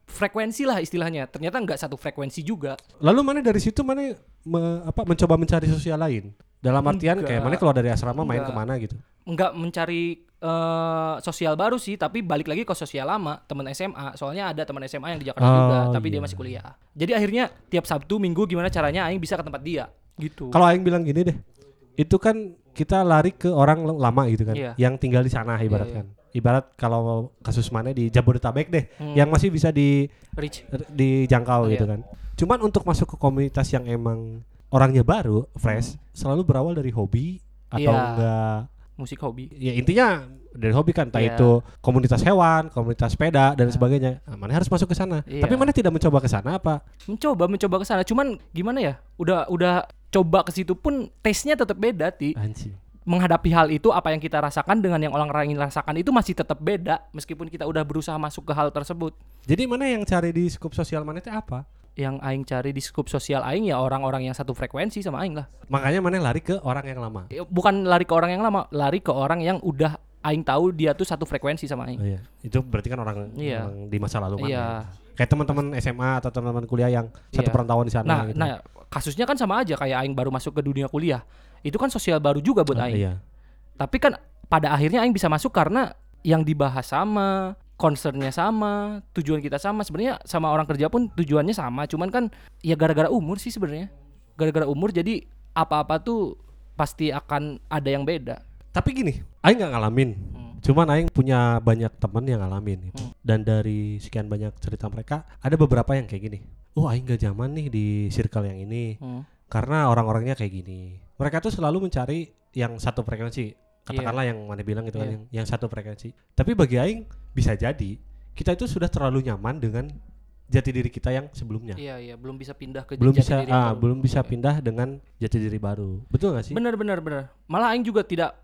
frekuensi lah istilahnya. Ternyata nggak satu frekuensi juga. Lalu mana dari situ mana me- apa mencoba mencari sosial lain? Dalam artian Enggak. kayak mana keluar dari asrama main Enggak. kemana gitu? Nggak mencari eh, sosial baru sih, tapi balik lagi ke sosial lama, teman S M A. Soalnya ada teman S M A yang di Jakarta Oh, juga, tapi iya. dia masih kuliah. Jadi akhirnya tiap Sabtu Minggu gimana caranya aing bisa ke tempat dia gitu. Kalau aing bilang gini deh, itu kan kita lari ke orang l- lama gitu kan, Iya. yang tinggal di sana ibarat Iya, iya. kan. Ibarat kalau kasus mana di Jabodetabek deh, Hmm. yang masih bisa di Rich. dijangkau Oh, gitu iya. kan. Cuman untuk masuk ke komunitas yang emang orangnya baru, fresh, selalu berawal dari hobi atau Iya. enggak Musik hobi. ya intinya dari hobi kan, entah Iya. itu komunitas hewan, komunitas sepeda dan Iya. sebagainya. Nah, mana harus masuk ke sana. Iya. Tapi mana tidak mencoba ke sana apa? Mencoba mencoba ke sana, cuman gimana ya? Udah udah coba ke situ pun taste-nya tetap beda, Ti. Anjing. Menghadapi hal itu, apa yang kita rasakan dengan yang orang lain rasakan itu masih tetap beda meskipun kita udah berusaha masuk ke hal tersebut. Jadi mana yang cari di skup sosial mana itu apa? Yang aing cari di skup sosial aing ya orang-orang yang satu frekuensi sama aing lah. Makanya mana lari ke orang yang lama. Ya, bukan lari ke orang yang lama, lari ke orang yang udah aing tahu dia tuh satu frekuensi sama aing. Oh, iya. Itu berarti kan orang, Iya. orang di masa lalu mana. Iya. Kayak teman-teman S M A atau teman-teman kuliah yang satu Iya. perantauan di sana Nah, gitu. nah kasusnya kan sama aja kayak aing baru masuk ke dunia kuliah. Itu kan sosial baru juga buat Ah, aing. iya. Tapi kan pada akhirnya aing bisa masuk karena yang dibahas sama, concernnya sama, tujuan kita sama. Sebenarnya sama orang kerja pun tujuannya sama, cuman kan ya gara-gara umur sih sebenarnya. Gara-gara umur jadi apa-apa tuh pasti akan ada yang beda. Tapi gini, aing nggak ngalamin. Hmm. Cuman aing punya banyak teman yang ngalamin gitu. Hmm. Dan dari sekian banyak cerita mereka, ada beberapa yang kayak gini. Oh, aing gak zaman nih di circle yang ini Hmm. karena orang-orangnya kayak gini. Mereka tuh selalu mencari yang satu frekuensi. Katakanlah yang mana bilang gitu kan, Iya. yang, yang satu frekuensi. Tapi bagi aing bisa jadi kita itu sudah terlalu nyaman dengan jati diri kita yang sebelumnya. Iya iya, belum bisa pindah ke belum jati bisa diri yang ah, baru. belum bisa Oke. pindah dengan jati diri baru. Betul gak sih? Benar benar benar. Malah aing juga tidak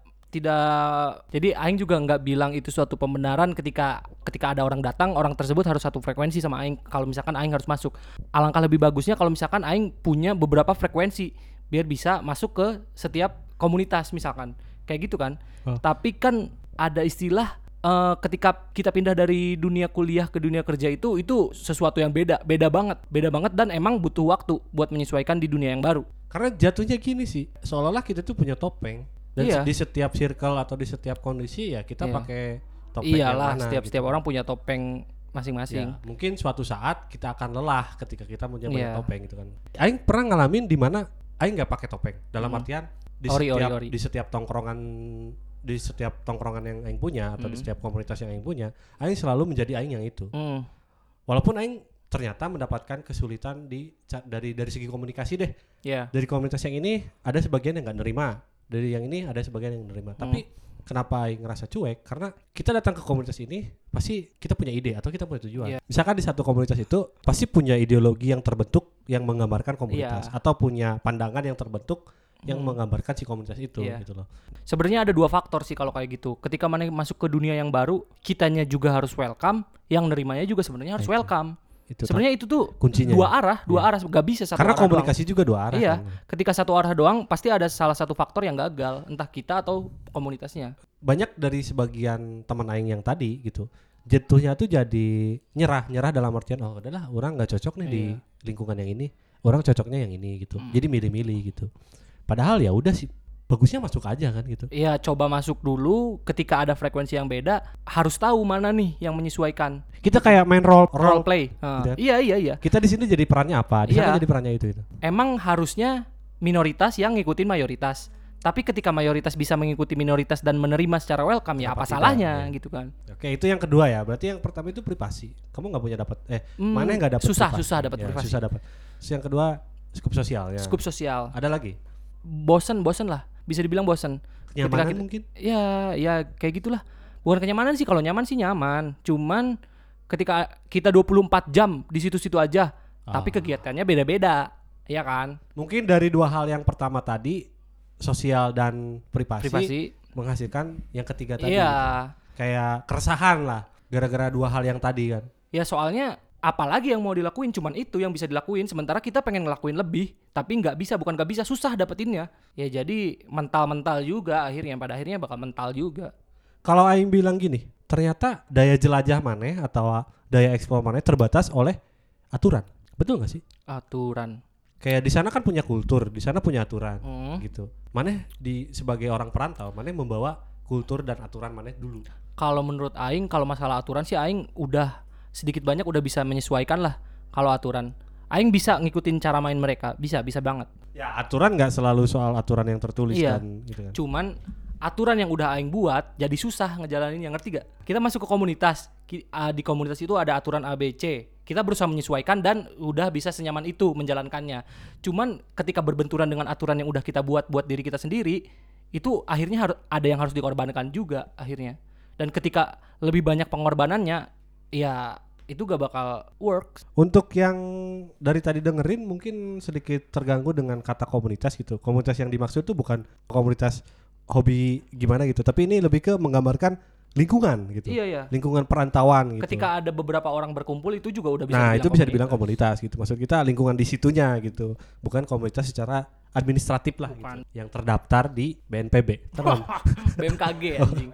tidak jadi aing juga nggak bilang itu suatu pembenaran ketika ketika ada orang datang, orang tersebut harus satu frekuensi sama aing. Kalau misalkan aing harus masuk, alangkah lebih bagusnya kalau misalkan aing punya beberapa frekuensi biar bisa masuk ke setiap komunitas misalkan. Kayak gitu kan. Oh. Tapi kan ada istilah eh, ketika kita pindah dari dunia kuliah ke dunia kerja itu itu sesuatu yang beda, beda banget, beda banget dan emang butuh waktu buat menyesuaikan di dunia yang baru. Karena jatuhnya gini sih, seolah-olah kita tuh punya topeng dan Iya. di setiap circle atau di setiap kondisi ya kita Iya. pakai topeng yang Iyalah, mana. setiap gitu. setiap orang punya topeng masing-masing. Ya, mungkin suatu saat kita akan lelah ketika kita punya banyak Iya. topeng gitu kan. Aing pernah ngalamin di mana aing nggak pakai topeng. Dalam Hmm. artian di Ori, ori, setiap ori. di setiap tongkrongan di setiap tongkrongan yang aing punya atau di Hmm. setiap komunitas yang aing punya, aing selalu menjadi aing yang itu. Hmm. Walaupun aing ternyata mendapatkan kesulitan di ca- dari dari segi komunikasi deh. Ya. Dari komunitas yang ini ada sebagian yang nggak nerima, dari yang ini ada sebagian yang nerima. Hmm. Tapi kenapa aing ngerasa cuek? Karena kita datang ke komunitas ini pasti kita punya ide atau kita punya tujuan. Iya. Misalkan di satu komunitas itu pasti punya ideologi yang terbentuk yang menggambarkan komunitas Iya. atau punya pandangan yang terbentuk yang Hmm. menggambarkan si komunitas itu Iya. gitu loh. Sebenarnya ada dua faktor sih kalau kayak gitu. Ketika mana masuk ke dunia yang baru, kitanya juga harus welcome, yang nerimanya juga sebenarnya harus Nah, itu. welcome. Itu Sebenarnya itu tuh kuncinya. dua arah, dua Iya. arah, gak bisa satu karena arah komunikasi juga dua arah. Iya. kan. Ketika satu arah doang, pasti ada salah satu faktor yang gagal, entah kita atau komunitasnya. Banyak dari sebagian teman aing yang tadi gitu jatuhnya tuh jadi nyerah nyerah dalam artian oh udahlah orang nggak cocok nih di Iya. lingkungan yang ini, orang cocoknya yang ini gitu. Hmm. Jadi milih-milih gitu. Padahal ya udah sih bagusnya masuk aja kan gitu. Iya, coba masuk dulu. Ketika ada frekuensi yang beda, harus tahu mana nih yang menyesuaikan. Kita kayak main role Role role. play. Nah, Gitu. iya iya iya. Kita di sini jadi perannya apa? Di sana Iya. jadi perannya itu itu. Emang harusnya minoritas yang ngikutin mayoritas. Tapi ketika mayoritas bisa mengikuti minoritas dan menerima secara welcome, ya Kenapa apa tidak, salahnya ya. gitu kan. Oke, itu yang kedua ya. Berarti yang pertama itu privasi. Kamu nggak punya dapat eh Hmm, mana yang nggak dapat susah, privasi? susah dapat Ya, privasi. Susah dapat. Terus yang kedua skup sosialnya. Skup sosial. Ada lagi? Bosen, bosen lah. Bisa dibilang bosen. Kenyamanan kita- mungkin. Ya, ya kayak gitulah. Bukan kenyamanan sih, kalau nyaman sih nyaman. Cuman ketika kita dua puluh empat jam di situ-situ aja, Ah. tapi kegiatannya beda-beda. Ya kan? Mungkin dari dua hal yang pertama tadi, sosial dan privasi, Privasi. menghasilkan yang ketiga tadi. Iya. Kayak keresahan lah gara-gara dua hal yang tadi kan. Ya soalnya apalagi yang mau dilakuin, cuman itu yang bisa dilakuin. Sementara kita pengen ngelakuin lebih, tapi nggak bisa, bukan nggak bisa, susah dapetinnya. Ya jadi mental-mental juga akhirnya, pada akhirnya bakal mental juga. Kalau aing bilang gini, ternyata daya jelajah maneh atau daya eksplor maneh terbatas oleh aturan. Betul nggak sih? Aturan. Kayak di sana kan punya kultur, di sana punya aturan, Hmm. gitu. Maneh di sebagai orang perantau, maneh membawa kultur dan aturan maneh dulu. Kalau menurut aing kalau masalah aturan sih aing udah sedikit banyak udah bisa menyesuaikan lah kalau aturan. Aing bisa ngikutin cara main mereka, bisa bisa banget. Ya aturan nggak selalu soal aturan yang tertulis Iya. kan, gitu kan. Cuman aturan yang udah aing buat jadi susah ngejalaninnya, ngerti gak? Kita masuk ke komunitas, ki- ah, di komunitas itu ada aturan A B C. Kita berusaha menyesuaikan dan udah bisa senyaman itu menjalankannya. Cuman ketika berbenturan dengan aturan yang udah kita buat buat diri kita sendiri, itu akhirnya harus ada yang harus dikorbankan juga akhirnya. Dan ketika lebih banyak pengorbanannya, ya itu gak bakal work. Untuk yang dari tadi dengerin mungkin sedikit terganggu dengan kata komunitas gitu. Komunitas yang dimaksud itu bukan komunitas hobi gimana gitu, tapi ini lebih ke menggambarkan lingkungan gitu. Iya ya. Lingkungan perantauan gitu. Ketika ada beberapa orang berkumpul itu juga udah bisa Nah, dibilang itu bisa dibilang komunitas. komunitas gitu. Maksud kita lingkungan di situnya gitu. Bukan komunitas secara administratif lah Bukan. gitu. Yang terdaftar di B N P B. Terus B M K G anjing.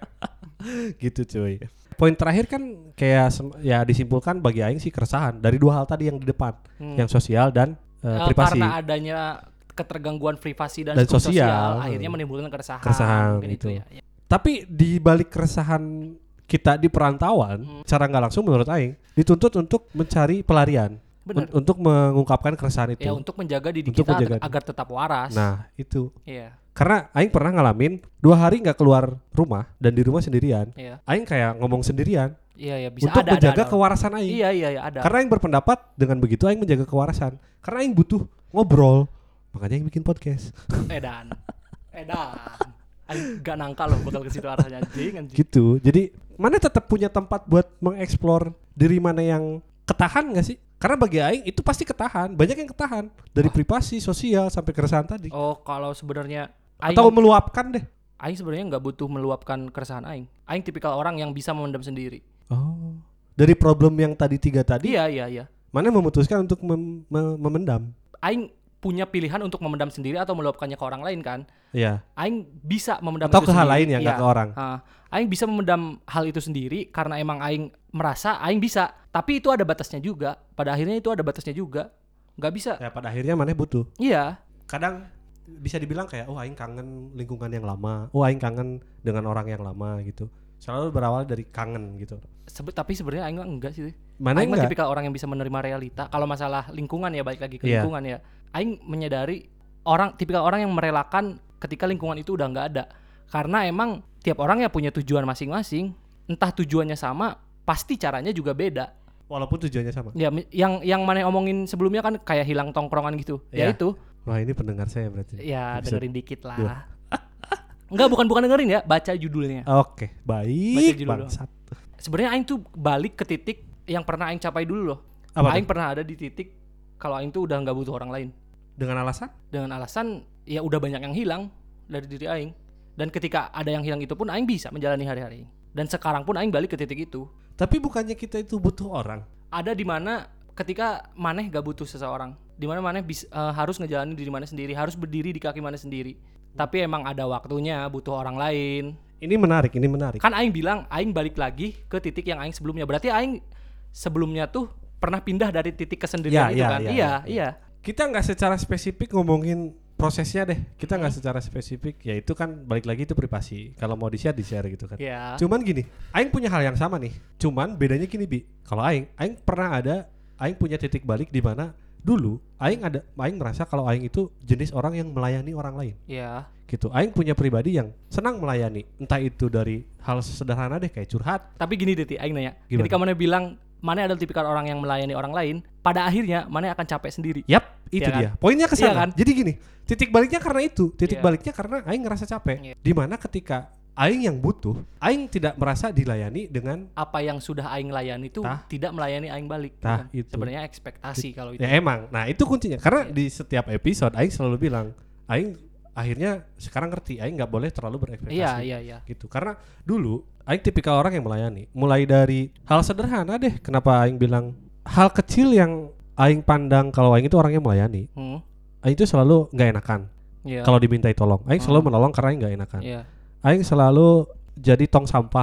gitu cuy. Poin terakhir kan kayak sem- ya disimpulkan bagi aing sih keresahan dari dua hal tadi yang di depan, Hmm. yang sosial dan uh, Eh, privasi. Karena adanya ketergangguan privasi dan, Dan hukum sosial. sosial, akhirnya menimbulkan keresahan. Keresahan, Mungkin gitu. ya. Ya. Tapi di balik keresahan kita di perantauan, Hmm. secara nggak langsung menurut aing dituntut untuk mencari pelarian, Benar. Un- untuk mengungkapkan keresahan itu. Ya untuk menjaga diri Untuk kita menjaga- agar tetap waras. Nah, itu. Iya, Karena aing pernah ngalamin dua hari nggak keluar rumah dan di rumah sendirian. iya. Aing kayak ngomong sendirian Iya, iya bisa untuk ada menjaga ada, ada. kewarasan aing. Iya, iya, iya ada. Karena aing berpendapat dengan begitu aing menjaga kewarasan. Karena aing butuh ngobrol. Makanya aing bikin podcast. Edan. Edan. Aing gak nangka loh bakal ke situ arahnya anjing anjing. Gitu. Jadi mana tetap punya tempat buat mengeksplor diri mana yang ketahan gak sih? Karena bagi aing itu pasti ketahan. Banyak yang ketahan dari privasi, sosial sampai keresahan tadi. Oh, kalau sebenarnya aing Atau meluapkan deh. aing sebenarnya nggak butuh meluapkan keresahan aing. Aing tipikal orang yang bisa memendam sendiri. Oh. Dari problem yang tadi tiga tadi, Iya, iya, iya. mana memutuskan untuk mem- mem- memendam? Aing punya pilihan untuk memendam sendiri atau meluapkannya ke orang lain kan. Iya. Aing bisa memendam Atau itu ke hal sendiri. lain ya, nggak Iya. ke orang. Ah, aing bisa memendam hal itu sendiri karena emang aing merasa aing bisa. Tapi itu ada batasnya juga. Pada akhirnya itu ada batasnya juga. Nggak bisa. Ya pada akhirnya mana butuh. Iya. Kadang bisa dibilang kayak oh aing kangen lingkungan yang lama. Oh aing kangen dengan orang yang lama gitu. Selalu berawal dari kangen gitu. Sebe- tapi sebenarnya aing mah enggak sih. Mana Aing mah enggak? tipikal orang yang bisa menerima realita. Kalau masalah lingkungan ya balik lagi ke Iya. lingkungan ya. Aing menyadari orang tipikal orang yang merelakan ketika lingkungan itu udah nggak ada. Karena emang tiap orang ya punya tujuan masing-masing. Entah tujuannya sama, pasti caranya juga beda. Walaupun tujuannya sama. Ya mi- yang yang mana omongin sebelumnya kan kayak hilang tongkrongan gitu. Ya Iya. itu. Wah ini pendengar saya berarti. Ya Episode dengerin dikit dua. lah. Enggak, bukan bukan dengerin ya, baca judulnya. Oke, Baca baik judul doang. bangsat. Sebenarnya aing tuh balik ke titik yang pernah aing capai dulu loh. Apa Aing tuh? pernah ada di titik kalau aing tuh udah nggak butuh orang lain. Dengan alasan? Dengan alasan ya udah banyak yang hilang dari diri aing. Dan ketika ada yang hilang itu pun aing bisa menjalani hari-hari. Dan sekarang pun aing balik ke titik itu. Tapi bukannya kita itu butuh orang? Ada di mana ketika maneh gak butuh seseorang, di mana maneh bis, eh, harus ngejalanin diri maneh sendiri, harus berdiri di kaki maneh sendiri. Tapi emang ada waktunya, butuh orang lain. Ini menarik, ini menarik. Kan aing bilang aing balik lagi ke titik yang aing sebelumnya. Berarti aing sebelumnya tuh pernah pindah dari titik kesendirian Ya, itu ya, kan. ya, iya, ya. iya. Kita nggak secara spesifik ngomongin prosesnya deh. Kita nggak secara spesifik. Ya itu kan balik lagi itu privasi. Kalau mau di-share di-share gitu kan. Iya. Cuman gini, aing punya hal yang sama nih. Cuman bedanya gini Bi. Kalau aing, aing pernah ada, aing punya titik balik di mana dulu aing ada, aing merasa kalau aing itu jenis orang yang melayani orang lain. Iya. Gitu. Aing punya pribadi yang senang melayani. Entah itu dari hal sederhana deh kayak curhat. Tapi gini Deti, aing nanya. Gimana? Ketika maneh bilang maneh adalah tipikal orang yang melayani orang lain, pada akhirnya maneh akan capek sendiri. Yap, itu Iya kan? dia. Poinnya ke Iya sana. kan? Jadi gini, titik baliknya karena itu. Titik Iya. baliknya karena aing ngerasa capek. Iya. Di mana ketika aing yang butuh, aing tidak merasa dilayani dengan Apa yang sudah aing layani itu Tah. tidak melayani aing balik. Tah, Kan? itu. Sebenarnya ekspektasi kalau itu. ya emang. Nah, itu kuncinya. Karena Iya. di setiap episode aing selalu bilang, aing akhirnya sekarang ngerti aing nggak boleh terlalu berekspektasi. Iya, iya, iya. Gitu. Karena dulu aing tipikal orang yang melayani. Mulai dari hal sederhana deh. Kenapa aing bilang hal kecil yang aing pandang kalau aing itu orang yang melayani. Hmm. Aing itu selalu nggak enakan Iya. kalau dimintai tolong. Aing selalu Hmm. menolong karena aing nggak enakan. Iya. Aing selalu jadi tong sampah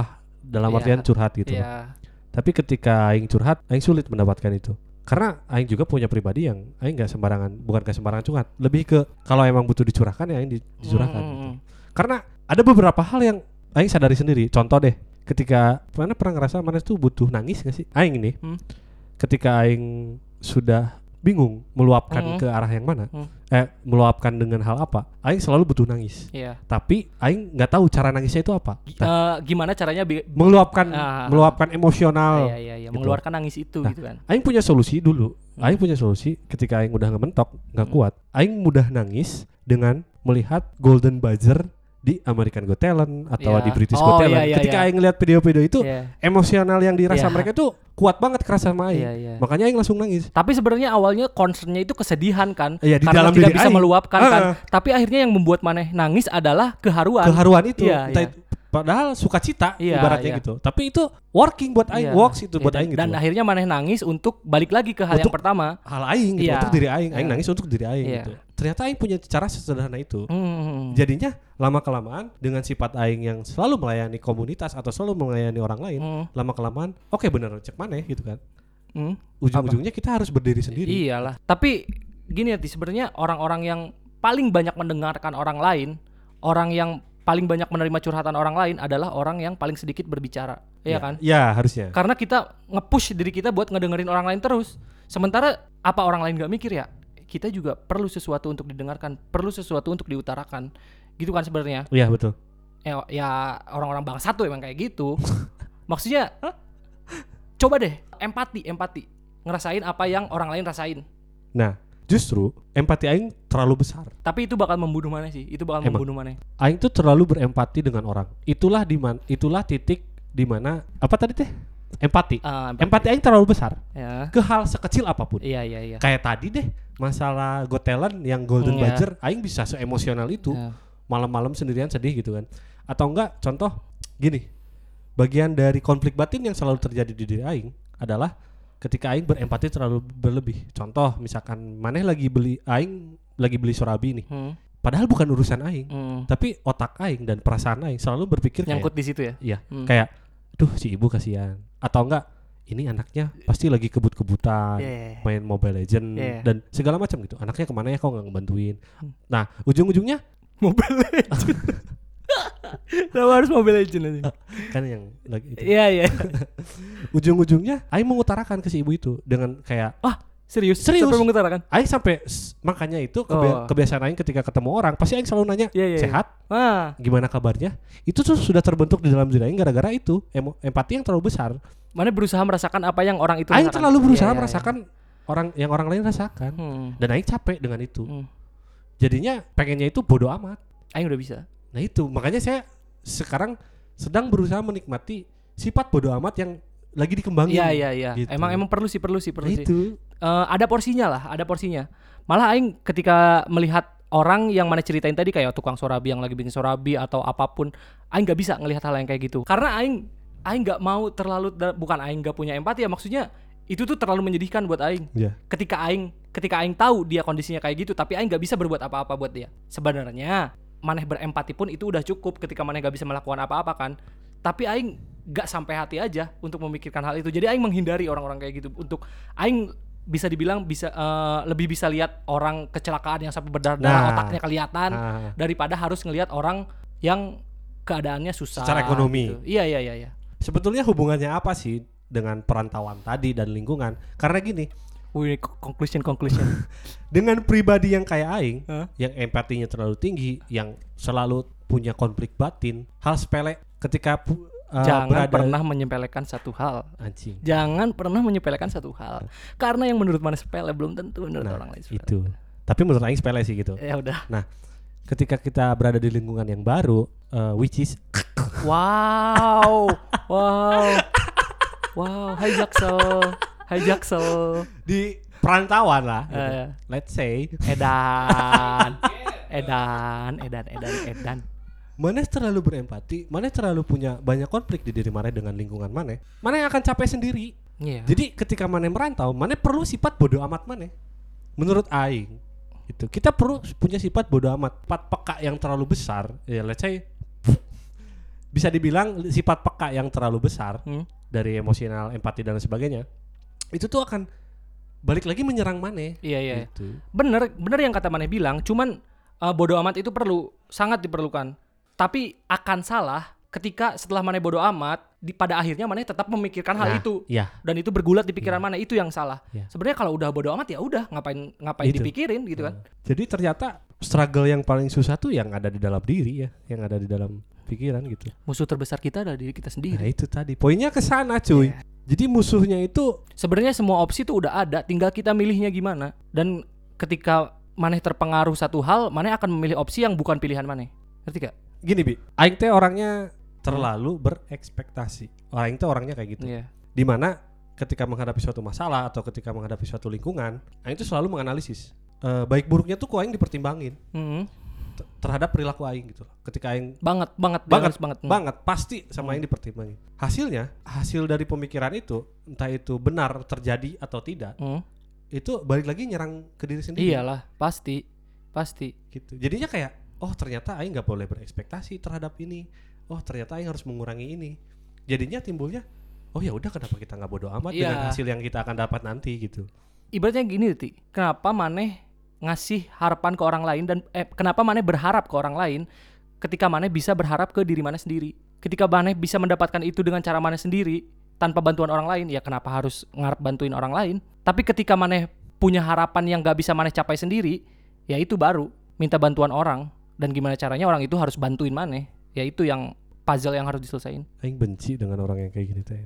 dalam Iya. artian curhat gitu. Iya. Tapi ketika aing curhat, aing sulit mendapatkan itu. Karena aing juga punya pribadi yang aing nggak sembarangan, bukan ke sembarangan curhat. Lebih ke kalau emang butuh dicurahkan ya aing di- dicurahkan. Hmm, gitu. hmm, Karena ada beberapa hal yang aing sadari sendiri. Contoh deh, ketika mana pernah ngerasa mana tuh butuh nangis gak sih? Aing ini, Hmm. ketika aing sudah bingung meluapkan Hmm. ke arah yang mana, Hmm. eh meluapkan dengan hal apa, aing selalu butuh nangis. Iya. Tapi aing nggak tahu cara nangisnya itu apa. Gi- Nah, eh, gimana caranya bi- meluapkan, Ah. meluapkan emosional. Iya, iya, iya, gitu. mengeluarkan nangis itu Nah, gitu kan. Aing punya solusi dulu. Hmm. Aing punya solusi ketika aing udah ngementok, nggak Hmm. kuat. Aing mudah nangis dengan melihat Golden Buzzer di American Got Talent atau Iya. di British Oh, Got Talent. iya, iya, ketika iya. aing lihat video-video itu, Iya. emosional yang dirasa Iya. mereka tuh kuat banget kerasa sama aing. Iya, iya. Makanya aing langsung nangis. Tapi sebenarnya awalnya concernnya itu kesedihan kan, Iya, di karena dalam tidak diri bisa aing. meluapkan Ah. kan. Tapi akhirnya yang membuat maneh nangis adalah keharuan. Keharuan itu, Iya, entah iya. itu- padahal sukacita Iya, ibaratnya iya. gitu. Tapi itu working buat aing, Iya. works itu Iya, buat dan, aing gitu. dan akhirnya maneh nangis untuk balik lagi ke hal yang Untuk- pertama. hal aing gitu, Iya. untuk diri aing, aing Iya. nangis untuk diri aing Iya. gitu. Ternyata aing punya cara sesederhana itu. Hmm. Jadinya lama kelamaan dengan sifat aing yang selalu melayani komunitas atau selalu melayani orang lain, Hmm. lama kelamaan oke bener cek mana gitu kan. Hmm. Ujung-ujungnya kita harus berdiri sendiri. Iyalah. Tapi gini ya, Ti, sebenarnya orang-orang yang paling banyak mendengarkan orang lain, orang yang paling banyak menerima curhatan orang lain adalah orang yang paling sedikit berbicara. Iya Ya, kan? ya harusnya. Karena kita nge-push diri kita buat ngedengerin orang lain terus. Sementara apa orang lain gak mikir ya? Kita juga perlu sesuatu untuk didengarkan, perlu sesuatu untuk diutarakan. Gitu kan sebenarnya. Iya betul. Ya, ya orang-orang bangsat tuh emang kayak gitu. Maksudnya coba deh empati, empati. Ngerasain apa yang orang lain rasain. Nah, justru empati aing terlalu besar. Tapi itu bakal membunuh mana sih? Itu bakal Emang. membunuh mana? Aing tuh terlalu berempati dengan orang. Itulah di man, itulah titik di mana apa tadi teh? Empati. Ah, Empati aing terlalu besar Ya. ke hal sekecil apapun. Iya, iya, iya. Kayak tadi deh masalah Got Talent yang Golden Hmm, ya. Buzzer, aing bisa seemosional itu. Ya. Malam-malam sendirian sedih gitu kan. Atau enggak contoh gini, bagian dari konflik batin yang selalu terjadi di diri aing adalah ketika aing berempati terlalu berlebih. Contoh misalkan maneh lagi beli, aing lagi beli sorabi nih, Hmm. padahal bukan urusan aing, Hmm. tapi otak aing dan perasaan aing selalu berpikir Nyangkut kayak di situ ya. iya, Hmm. kayak duh si ibu kasihan, atau enggak ini anaknya pasti lagi kebut-kebutan Iya, iya, iya. main Mobile Legend Iya. dan segala macam gitu. Anaknya kemana ya, kok nggak ngebantuin. Hmm. Nah ujung-ujungnya Mobile Legend. Kenapa harus Mobile Legend aja? kan yang lagi itu. Iya, iya. Ujung-ujungnya Aing mengutarakan ke si ibu itu dengan kayak Serius? Serius. Sampai mengutarakan? Aing sampai s- makanya itu kebia- Oh. kebiasaan Aing ketika ketemu orang pasti Aing selalu nanya Iya, iya, iya. sehat, Ah, gimana kabarnya. Itu tuh sudah terbentuk di dalam diri Aing gara-gara itu emo- empati yang terlalu besar. mana berusaha merasakan apa yang orang itu Aing rasakan. terlalu berusaha Iya, iya, merasakan orang yang orang lain rasakan iya. Hmm. dan Aing capek dengan itu. Hmm. Jadinya pengennya itu bodoh amat. Aing udah bisa. Nah itu makanya saya sekarang sedang berusaha menikmati sifat bodoh amat yang lagi dikembangin. Iya, iya, iya. Gitu. Emang emang perlu sih, perlu sih, perlu Nah sih. itu. Eh, ada porsinya lah, ada porsinya. Malah aing ketika melihat orang yang mana ceritain tadi kayak tukang sorabi yang lagi bikin sorabi atau apapun, aing nggak bisa ngelihat hal yang kayak gitu. Karena aing aing nggak mau terlalu da- bukan aing nggak punya empati ya, maksudnya itu tuh terlalu menyedihkan buat aing. Iya. Ketika aing ketika aing tahu dia kondisinya kayak gitu, tapi aing nggak bisa berbuat apa-apa buat dia. Sebenarnya maneh berempati pun itu udah cukup ketika maneh nggak bisa melakukan apa-apa kan. Tapi aing nggak sampai hati aja untuk memikirkan hal itu. Jadi aing menghindari orang-orang kayak gitu. Untuk aing bisa dibilang bisa eh, lebih bisa lihat orang kecelakaan yang sampai berdarah-darah Nah. otaknya kelihatan Ah. daripada harus ngelihat orang yang keadaannya susah. Secara ekonomi. gitu. Iya iya iya iya. Sebetulnya hubungannya apa sih dengan perantauan tadi dan lingkungan? Karena gini, Wih, conclusion conclusion. dengan pribadi yang kayak Aing, Hah? yang empatinya terlalu tinggi, yang selalu punya konflik batin, hal sepele ketika pu- uh, Jangan berada pernah menyepelekan satu hal. anjing. Jangan pernah menyepelekan satu hal. Karena yang menurut mana sepele belum tentu menurut Nah, orang lain sepele. itu. Tapi menurut Aing sepele sih gitu. Ya udah. Ketika kita berada di lingkungan yang baru, uh, which is Wow. Wow. Wow, hai Jaksel. Hai Jaksel. di perantauan lah, gitu. Eh, Let's say, edan. Edan, edan, edan, edan. Maneh terlalu berempati, Maneh terlalu punya banyak konflik di diri Maneh dengan lingkungan Maneh. Maneh akan capek sendiri. Iya. Jadi ketika Maneh merantau, Maneh perlu sifat bodoh amat Maneh. Menurut Aing, itu kita perlu punya sifat bodoh amat. Sifat peka yang terlalu besar, ya let's say bisa dibilang sifat peka yang terlalu besar Hmm. dari emosional, empati dan sebagainya, itu tuh akan balik lagi menyerang Maneh. Iya iya. Gitu. Bener, bener yang kata Maneh bilang. Cuman uh, bodo amat itu perlu, sangat diperlukan. Tapi akan salah ketika setelah Maneh bodo amat, di pada akhirnya Maneh tetap memikirkan hal Nah, itu. Iya. Dan itu bergulat di pikiran Maneh, itu yang salah. Iya. Sebenarnya kalau udah bodo amat ya udah, ngapain ngapain Gitu. dipikirin gitu kan. Jadi ternyata struggle yang paling susah tuh yang ada di dalam diri ya, yang ada di dalam pikiran gitu. Musuh terbesar kita adalah diri kita Nah sendiri. itu tadi poinnya ke sana cuy. Jadi musuhnya itu Sebenarnya semua opsi tuh udah ada, tinggal kita milihnya gimana. Dan ketika Maneh terpengaruh satu hal, Maneh akan memilih opsi yang bukan pilihan Maneh. Ngerti gak? gini Bi, Aing teh orangnya terlalu berekspektasi. Aing teh orangnya kayak gitu. Iya. Dimana ketika menghadapi suatu masalah atau ketika menghadapi suatu lingkungan, Aing tuh selalu menganalisis uh, baik buruknya tuh kok Aing dipertimbangin Mm-hmm. t- terhadap perilaku Aing gitu. Ketika Aing Banget, banget, banget banget, banget. banget pasti sama Aing dipertimbangin. Hasilnya, hasil dari pemikiran itu entah itu benar terjadi atau tidak, Mm. itu balik lagi nyerang ke diri sendiri. Iyalah, pasti, pasti. Gitu. Jadinya kayak oh ternyata Aing nggak boleh berekspektasi terhadap ini. Oh ternyata Aing harus mengurangi ini. Jadinya timbulnya oh ya udah kenapa kita nggak bodo amat Iya. dengan hasil yang kita akan dapat nanti gitu. Ibaratnya gini, Ti. Kenapa Maneh ngasih harapan ke orang lain dan eh kenapa Maneh berharap ke orang lain ketika Maneh bisa berharap ke diri Maneh sendiri? Ketika Maneh bisa mendapatkan itu dengan cara Maneh sendiri tanpa bantuan orang lain, ya kenapa harus ngarep bantuin orang lain? Tapi ketika Maneh punya harapan yang gak bisa Maneh capai sendiri, ya itu baru minta bantuan orang. Dan gimana caranya orang itu harus bantuin Maneh. Ya itu yang puzzle yang harus diselesain. Aing benci dengan orang yang kayak gini teh.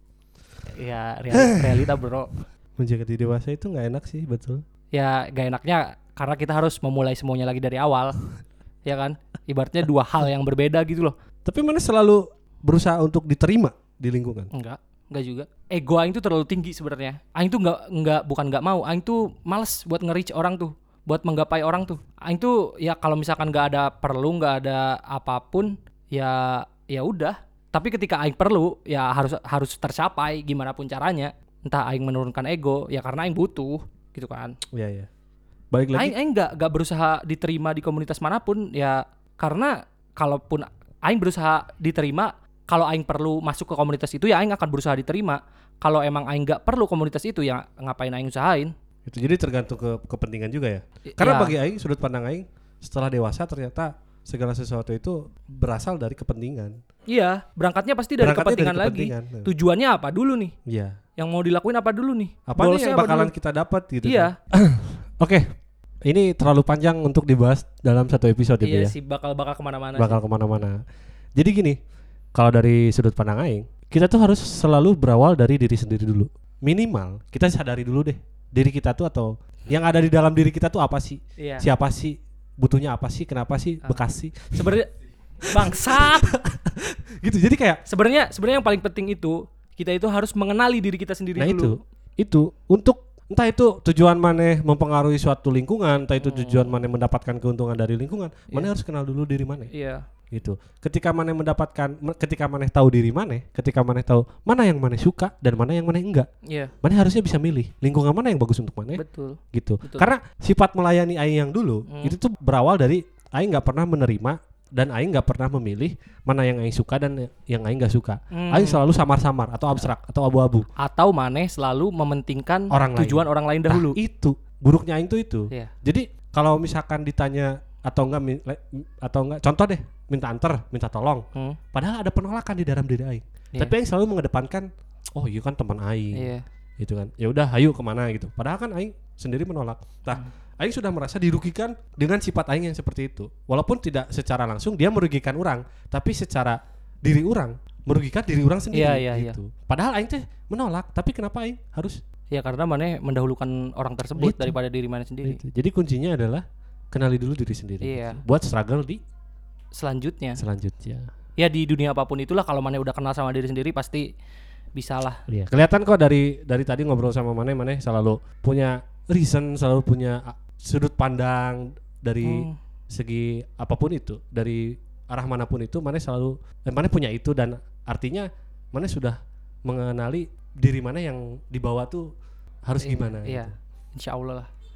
Ya reali- realita bro. Menjadi dewasa itu nggak enak sih, betul. Ya gak enaknya karena kita harus memulai semuanya lagi dari awal. Ya kan? Ibaratnya dua hal yang berbeda gitu loh. Tapi mana selalu berusaha untuk diterima di lingkungan. Enggak, enggak juga. Ego Aing tuh terlalu tinggi sebenarnya. Aing tuh enggak enggak bukan enggak mau. Aing tuh males buat nge-reach orang tuh, buat menggapai orang tuh. Aing tuh ya kalau misalkan enggak ada perlu, enggak ada apapun, ya ya udah. Tapi ketika Aing perlu, ya harus harus tercapai gimana pun caranya. Entah Aing menurunkan ego, ya karena Aing butuh, gitu kan. Iya ya. Balik lagi. Aing Aing enggak enggak berusaha diterima di komunitas manapun, ya karena kalaupun Aing berusaha diterima, kalau Aing perlu masuk ke komunitas itu ya Aing akan berusaha diterima. Kalau emang Aing nggak perlu komunitas itu ya ngapain Aing usahain? Itu jadi tergantung ke kepentingan juga ya. Karena Ya. bagi Aing sudut pandang Aing setelah dewasa ternyata segala sesuatu itu berasal dari kepentingan. Iya, berangkatnya pasti dari Berangkatnya kepentingan dari lagi. kepentingan. Nah. Tujuannya apa dulu nih? Iya. Yang mau dilakuin apa dulu nih? Apa nih Goalsnya yang apa bakalan dulu? kita dapat gitu. Iya, kan? Oke. Ini terlalu panjang untuk dibahas dalam satu episode iya ya. sih bakal bakal kemana-mana. Bakal sih. kemana-mana. Jadi gini, kalau dari sudut pandang Aing, kita tuh harus selalu berawal dari diri sendiri dulu. Minimal kita sadari dulu deh diri kita tuh atau yang ada di dalam diri kita tuh apa sih? Iya. Siapa sih? Butuhnya apa sih? Kenapa sih? Ah. Bekas sih? Sebenarnya bangsat. Gitu. Jadi kayak Sebenarnya sebenarnya yang paling penting itu kita itu harus mengenali diri kita sendiri nah dulu. itu itu untuk entah itu tujuan maneh mempengaruhi suatu lingkungan, entah itu tujuan maneh mendapatkan keuntungan dari lingkungan, maneh harus kenal dulu diri maneh. Iya. Gitu. Ketika maneh mendapatkan me- ketika maneh tahu diri maneh, ketika maneh tahu mana yang maneh suka dan mana yang maneh enggak, Iya. maneh harusnya bisa milih lingkungan mana yang bagus untuk maneh. Betul. Gitu. Betul. Karena sifat melayani Aing yang dulu Hmm. itu tuh berawal dari Aing nggak pernah menerima dan Aing nggak pernah memilih mana yang Aing suka dan yang Aing nggak suka. Hmm. Aing selalu samar-samar atau abstrak atau abu-abu. Atau maneh selalu mementingkan Orang lain. tujuan orang lain dahulu. Nah, itu buruknya Aing tuh itu. Iya. Jadi kalau misalkan ditanya atau enggak mi- le- atau enggak contoh deh minta anter, minta tolong. Hmm. Padahal ada penolakan di dalam diri Aing. Iya. Tapi Aing selalu mengedepankan oh iya kan teman Aing. Iya. Gitu kan. Ya udah ayo kemana gitu. Padahal kan Aing sendiri menolak. Nah, Hmm. Aing sudah merasa dirugikan dengan sifat Aing yang seperti itu. Walaupun tidak secara langsung dia merugikan orang, tapi secara diri orang merugikan diri orang sendiri Iya, iya, iya. gitu. Padahal Aing teh menolak, tapi kenapa Aing harus Ya karena maneh mendahulukan orang tersebut Itu. daripada diri maneh sendiri. itu. Jadi kuncinya adalah kenali dulu diri sendiri. Iya. Buat struggle di Selanjutnya, selanjutnya. ya di dunia apapun itulah kalau maneh udah kenal sama diri sendiri pasti bisa lah. Iya. Kelihatan kok dari dari tadi ngobrol sama Maneh, Maneh selalu punya reason, selalu punya ah, sudut pandang dari Hmm. segi apapun itu, dari arah manapun itu Maneh selalu eh, Maneh punya itu dan artinya Maneh sudah mengenali diri Maneh yang dibawa tuh harus Iya, gimana Iya. gitu. Insya Allah lah.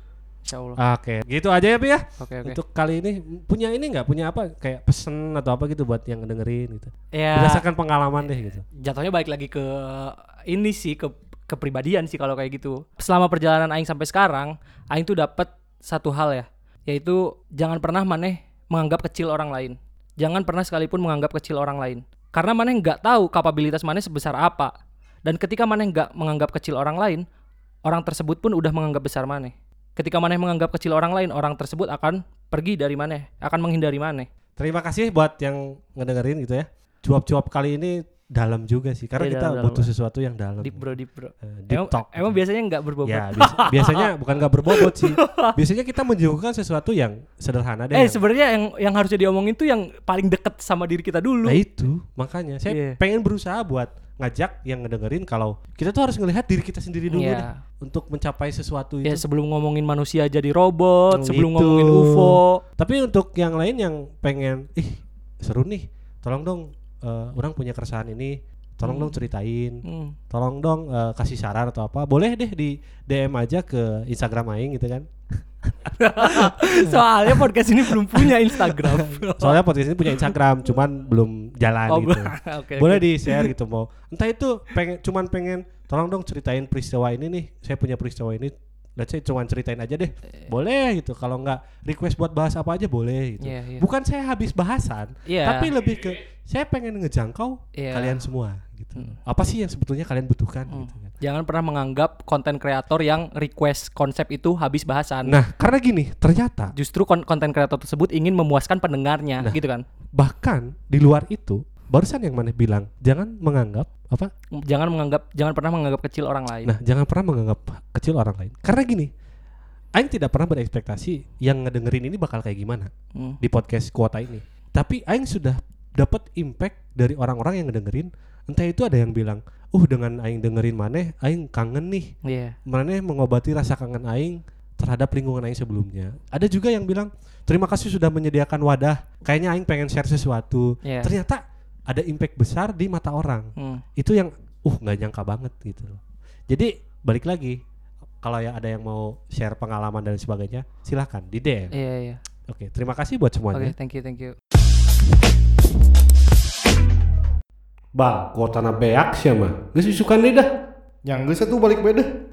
Insyaallah. Oke, gitu aja ya Pi ya. Oke oke. Untuk kali ini punya ini nggak punya apa kayak pesen atau apa gitu buat yang dengerin gitu. Ya Berdasarkan pengalaman deh gitu. jatuhnya balik lagi ke ini sih, ke kepribadian sih kalau kayak gitu. Selama perjalanan aing sampai sekarang, aing tuh dapat satu hal ya, yaitu jangan pernah maneh menganggap kecil orang lain. Jangan pernah sekalipun menganggap kecil orang lain. Karena maneh nggak tahu kapabilitas maneh sebesar apa. Dan ketika maneh nggak menganggap kecil orang lain, orang tersebut pun udah menganggap besar maneh. Ketika maneh menganggap kecil orang lain, orang tersebut akan pergi dari maneh, akan menghindari maneh. Terima kasih buat yang ngedengerin gitu ya. Cuap-cuap kali ini dalam juga sih karena Iya, kita dalam-dalam. butuh sesuatu yang dalam. Deep bro, deep bro. Eh, deep Emang, talk. emang biasanya nggak berbobot. Ya, biasa- biasanya bukan nggak berbobot sih. Biasanya kita menyuguhkan sesuatu yang sederhana deh. Eh yang- sebenarnya yang yang harusnya diomongin tuh yang paling deket sama diri kita dulu. Nah itu makanya saya Iya. pengen berusaha buat ngajak yang ngedengerin kalau kita tuh harus ngelihat diri kita sendiri dulu Iya. deh untuk mencapai sesuatu itu. Ya sebelum ngomongin manusia jadi robot, Hmm, sebelum itu. ngomongin U F O. Tapi untuk yang lain yang pengen, ih seru nih, tolong dong, eh, orang punya keresahan ini, tolong dong ceritain, Hmm. tolong dong eh, kasih saran atau apa, boleh deh di D M aja ke Instagram Aing gitu kan. Soalnya podcast ini belum punya Instagram. Soalnya podcast ini punya Instagram, cuman belum jalan Oh, gitu. oke, Boleh oke. di share gitu mau. Entah itu pengen, cuman pengen, tolong dong ceritain peristiwa ini nih, saya punya peristiwa ini. Let's say cuman ceritain aja deh, boleh gitu. Kalau nggak request buat bahas apa aja boleh gitu. Iya, iya. Bukan saya habis bahasan, Iya. tapi lebih ke saya pengen ngejangkau Iya. kalian semua gitu. Hmm. Apa sih yang sebetulnya kalian butuhkan Hmm. gitu kan. Jangan pernah menganggap konten kreator yang request konsep itu habis bahasan. Nah, karena gini, ternyata Justru kon- konten kreator tersebut ingin memuaskan pendengarnya, Nah. gitu kan. bahkan di luar itu, barusan yang mana bilang, jangan menganggap apa? Jangan menganggap jangan pernah menganggap kecil orang lain. Nah, jangan pernah menganggap kecil orang lain. Karena gini, Aing tidak pernah berekspektasi yang ngedengerin ini bakal kayak gimana Hmm. di podcast kuota ini. Tapi Aing sudah dapat impact dari orang-orang yang ngedengerin. Entah itu ada yang bilang, uh dengan Aing dengerin maneh, Aing kangen nih. Iya. Maneh mengobati rasa kangen Aing terhadap lingkungan Aing sebelumnya. Ada juga yang bilang, terima kasih sudah menyediakan wadah. Kayaknya Aing pengen share sesuatu. Iya. Ternyata ada impact besar di mata orang. Hmm. Itu yang uh nggak nyangka banget gitu loh. Jadi balik lagi, kalau ya ada yang mau share pengalaman dan sebagainya, silahkan di D M. Iya, iya. Oke, terima kasih buat Oke, semuanya. thank you, thank you. Bang, kota na beak sih mah. Geus isukan deui dah. Yang geus atuh balik beda.